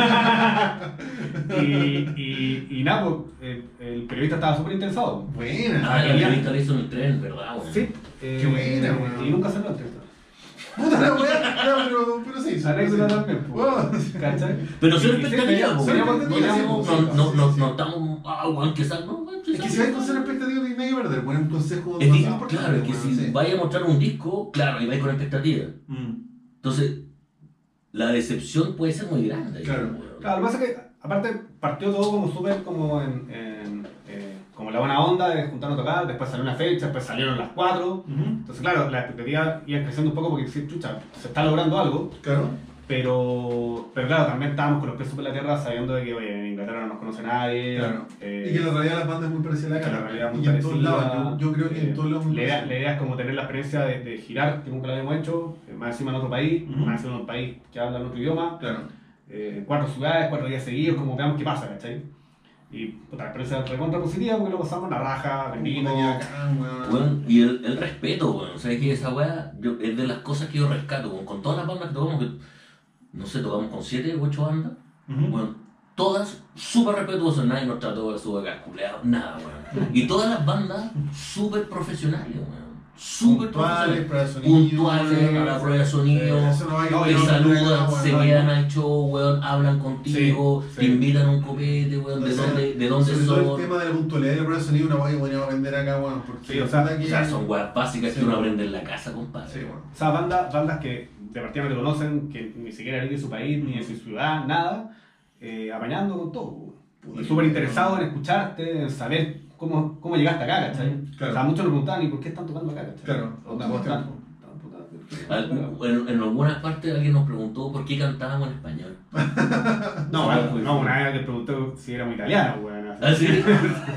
digo. y, y, y nada, pues, eh, el periodista estaba súper interesado. Buena. Ah, la ya. entrevista la hizo en el tren, ¿verdad, weón? Sí. eh, Qué buena, weón. Y nunca salió la entrevista. Puta la weá. Claro, pero, pero sí. sí, Anécdota sí. también, pues. Wow. ¿Cachai? Pero Y- cero y sí, expectativa, veníamos- po, veníamos- weón. veníamos- No, no, no, sí, no, sí. no estamos, ah, weón, que salga, no, weón, Es que si vais con cero expectativa no hay nada que perder. Bueno, un consejo Es que, demasiado importante, claro, es que weón, si sí. vaya a mostrar un disco, claro, y vais con expectativa. Mm. Entonces, la decepción puede ser muy grande. Claro. weón. Claro, lo que pasa es que, aparte, partió todo como súper como en, en, eh, como la buena onda de juntarnos a tocar, después salió una fecha, después salieron las cuatro. Ujú. Entonces, claro, la expectativa iba creciendo un poco porque, sí, chucha, se está logrando algo, Claro. pero, pero claro, también estábamos con los pies sobre la tierra sabiendo de que, oye, en Inglaterra no nos conoce nadie. Claro. eh, Y que la realidad de las bandas es muy parecida a la que la cara. realidad es muy Y en todos parecida, lados. Yo, yo creo que eh, en todos lados. es muy La idea, parecido. la idea es como tener la experiencia de, de girar, que nunca lo habíamos hecho, eh, más encima en otro país, Ujú. más encima en un país que habla en otro idioma, Claro. eh, en cuatro ciudades, cuatro días seguidos, como veamos qué pasa, ¿cachai? Y puta, la experiencia recontra positiva porque lo pasamos la raja, vendimos. Puta, qué bacán, weón. Weón, y el, el respeto, weón. ¿Sabes qué? Esa weá yo- es de las cosas que yo rescato, weón. Con todas las bandas que tocamos, que, no sé, tocamos con siete u ocho bandas, Ujú. weón. Todas súper respetuosas, nadie nos trató de su acá, culeado, nada, weón. Y todas las bandas súper profesionales, weón. Súper Puntuales, profesionales. prueba de sonido. Puntuales a la prueba de sonido. Eh, eso no hay que No, Te y poner saludan, regla, se weón. quedan al show, weón, hablan contigo, Sí, te sí. invitan a un copete, weón, de O sea, dónde, de dónde sobre todo el son. tema de la puntualidad y la prueba de sonido, una guay que podríamos vender acá, weón. Porque Sí, o sea, puta que- O sea, son weas básicas Sí, que uno weón. aprende en la casa, compadre. Sí, weón. O sea, bandas, bandas que de partida no te conocen, que ni siquiera eres de su país, ni de su ciudad, nada, eh, apañando con todo. Puta, Y súper qué interesado en bueno. escucharte, en saber cómo, cómo llegaste acá, ¿cachai? Claro. O sea, muchos nos preguntaban, ¿y por qué están tocando acá, cachai? Claro, Onda, todo el están- tiempo. están- puta, Al- En, en algunas partes alguien nos preguntó por qué cantábamos en español. No, Sí, bueno, fue- no, una vez que preguntó si éramos italianos, weón. así. ¿Ah, sí?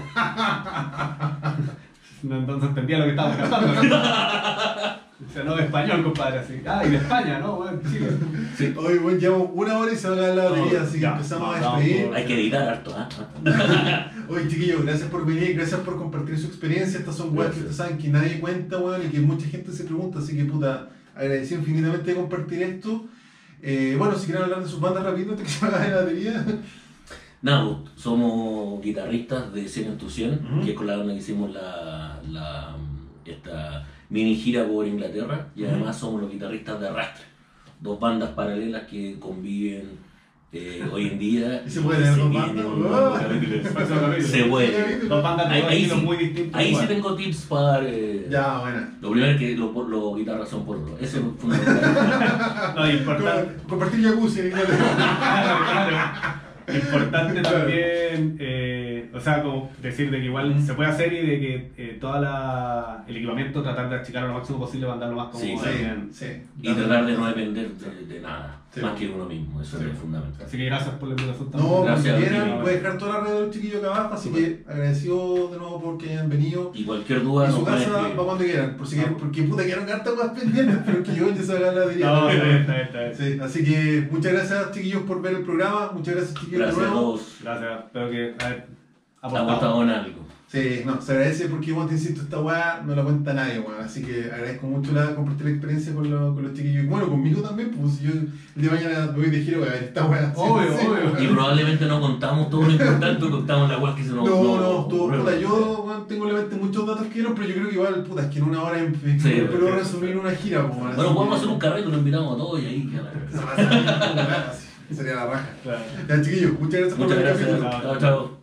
No, entonces entendía lo que estábamos cantando. ¿no? O sea, no de español, compadre, así. Ah, y de España, ¿no? Bueno, Chile. Sí. Hoy, bueno, llevamos una hora y se va a acabar la batería, No, así que ya, empezamos a vamos, despedir. vamos. Hay que editar harto, ¿ah? Oye, chiquillos, gracias por venir, gracias por compartir su experiencia. Estas son weas que ustedes saben que nadie cuenta, weón, y que mucha gente se pregunta, así que puta, agradecido infinitamente de compartir esto. Eh, bueno, si quieren hablar de sus bandas rápido, te que se me acabe la batería. Nada, pues, somos guitarristas de cien en tu cien, Ujú. que es con la banda que hicimos la, la, esta mini gira por Inglaterra, y Ujú. además somos los guitarristas de Arrastre, dos bandas paralelas que conviven eh, hoy en día. ¿Y se puede tener dos viene bandas? un ¡Wow! nuevo capítulo. Se puede. Dos bandas de Ahí, ahí estilos sí, muy distintos. ahí sí igual. tengo tips para dar. eh, Ya, buena. Lo primero es que los los guitarras son por otro. Eso es fundamental. No, importante. Co- Compartir jacuzzi en Inglaterra. Claro, claro. Importante también, eh, o sea, como decir de que igual se puede hacer y de que eh, todo el equipamiento tratar de achicarlo lo máximo posible para andarlo más cómodo. Sí, también. Sí. Y tratar de no depender de, de nada, Sí. más que uno mismo. Eso Sí. es fundamental. Así que gracias por la invitación No, también. cuando Gracias a ti, quieran, Miguel. puedes dejar toda la red del chiquillo acá abajo, así que agradecido de nuevo porque hayan venido. Y cualquier duda Y nos su pueden casa escribir. va cuando quieran, por si quieren, porque puta quiero hartas cosas pendientes, pero que yo ya se haga la batería. No, está bien, está bien, está bien. Sí, así que muchas gracias chiquillos por ver el programa, muchas gracias chiquillos Gracias de a nuevo. todos. Gracias, espero que haber Aportado aportado. en algo. Sí, no, se agradece porque igual te insisto, esta weá no la cuenta nadie, weón. Así que agradezco mucho la compartir la experiencia con, lo- con los chiquillos. Y bueno, conmigo también, pues si yo el día de mañana me voy de giro, weón, esta weá. sí, Obvio, sí, obvio. weón. Y probablemente no contamos todo lo importante, contamos la web que se nos No, no, nos todo, ocurrió. puta, yo weón, tengo en la mente muchos datos que quiero, pero yo creo que igual, puta, es que en una hora em- Sí, pero sí, resumir una gira, pues, weón. Bueno, podemos hacer un carrete, lo invitamos a todos y ahí queda la Sería la raja. Claro. Ya, chiquillos, muchas gracias por Muchas ver el gracias. capítulo. Chao, chao.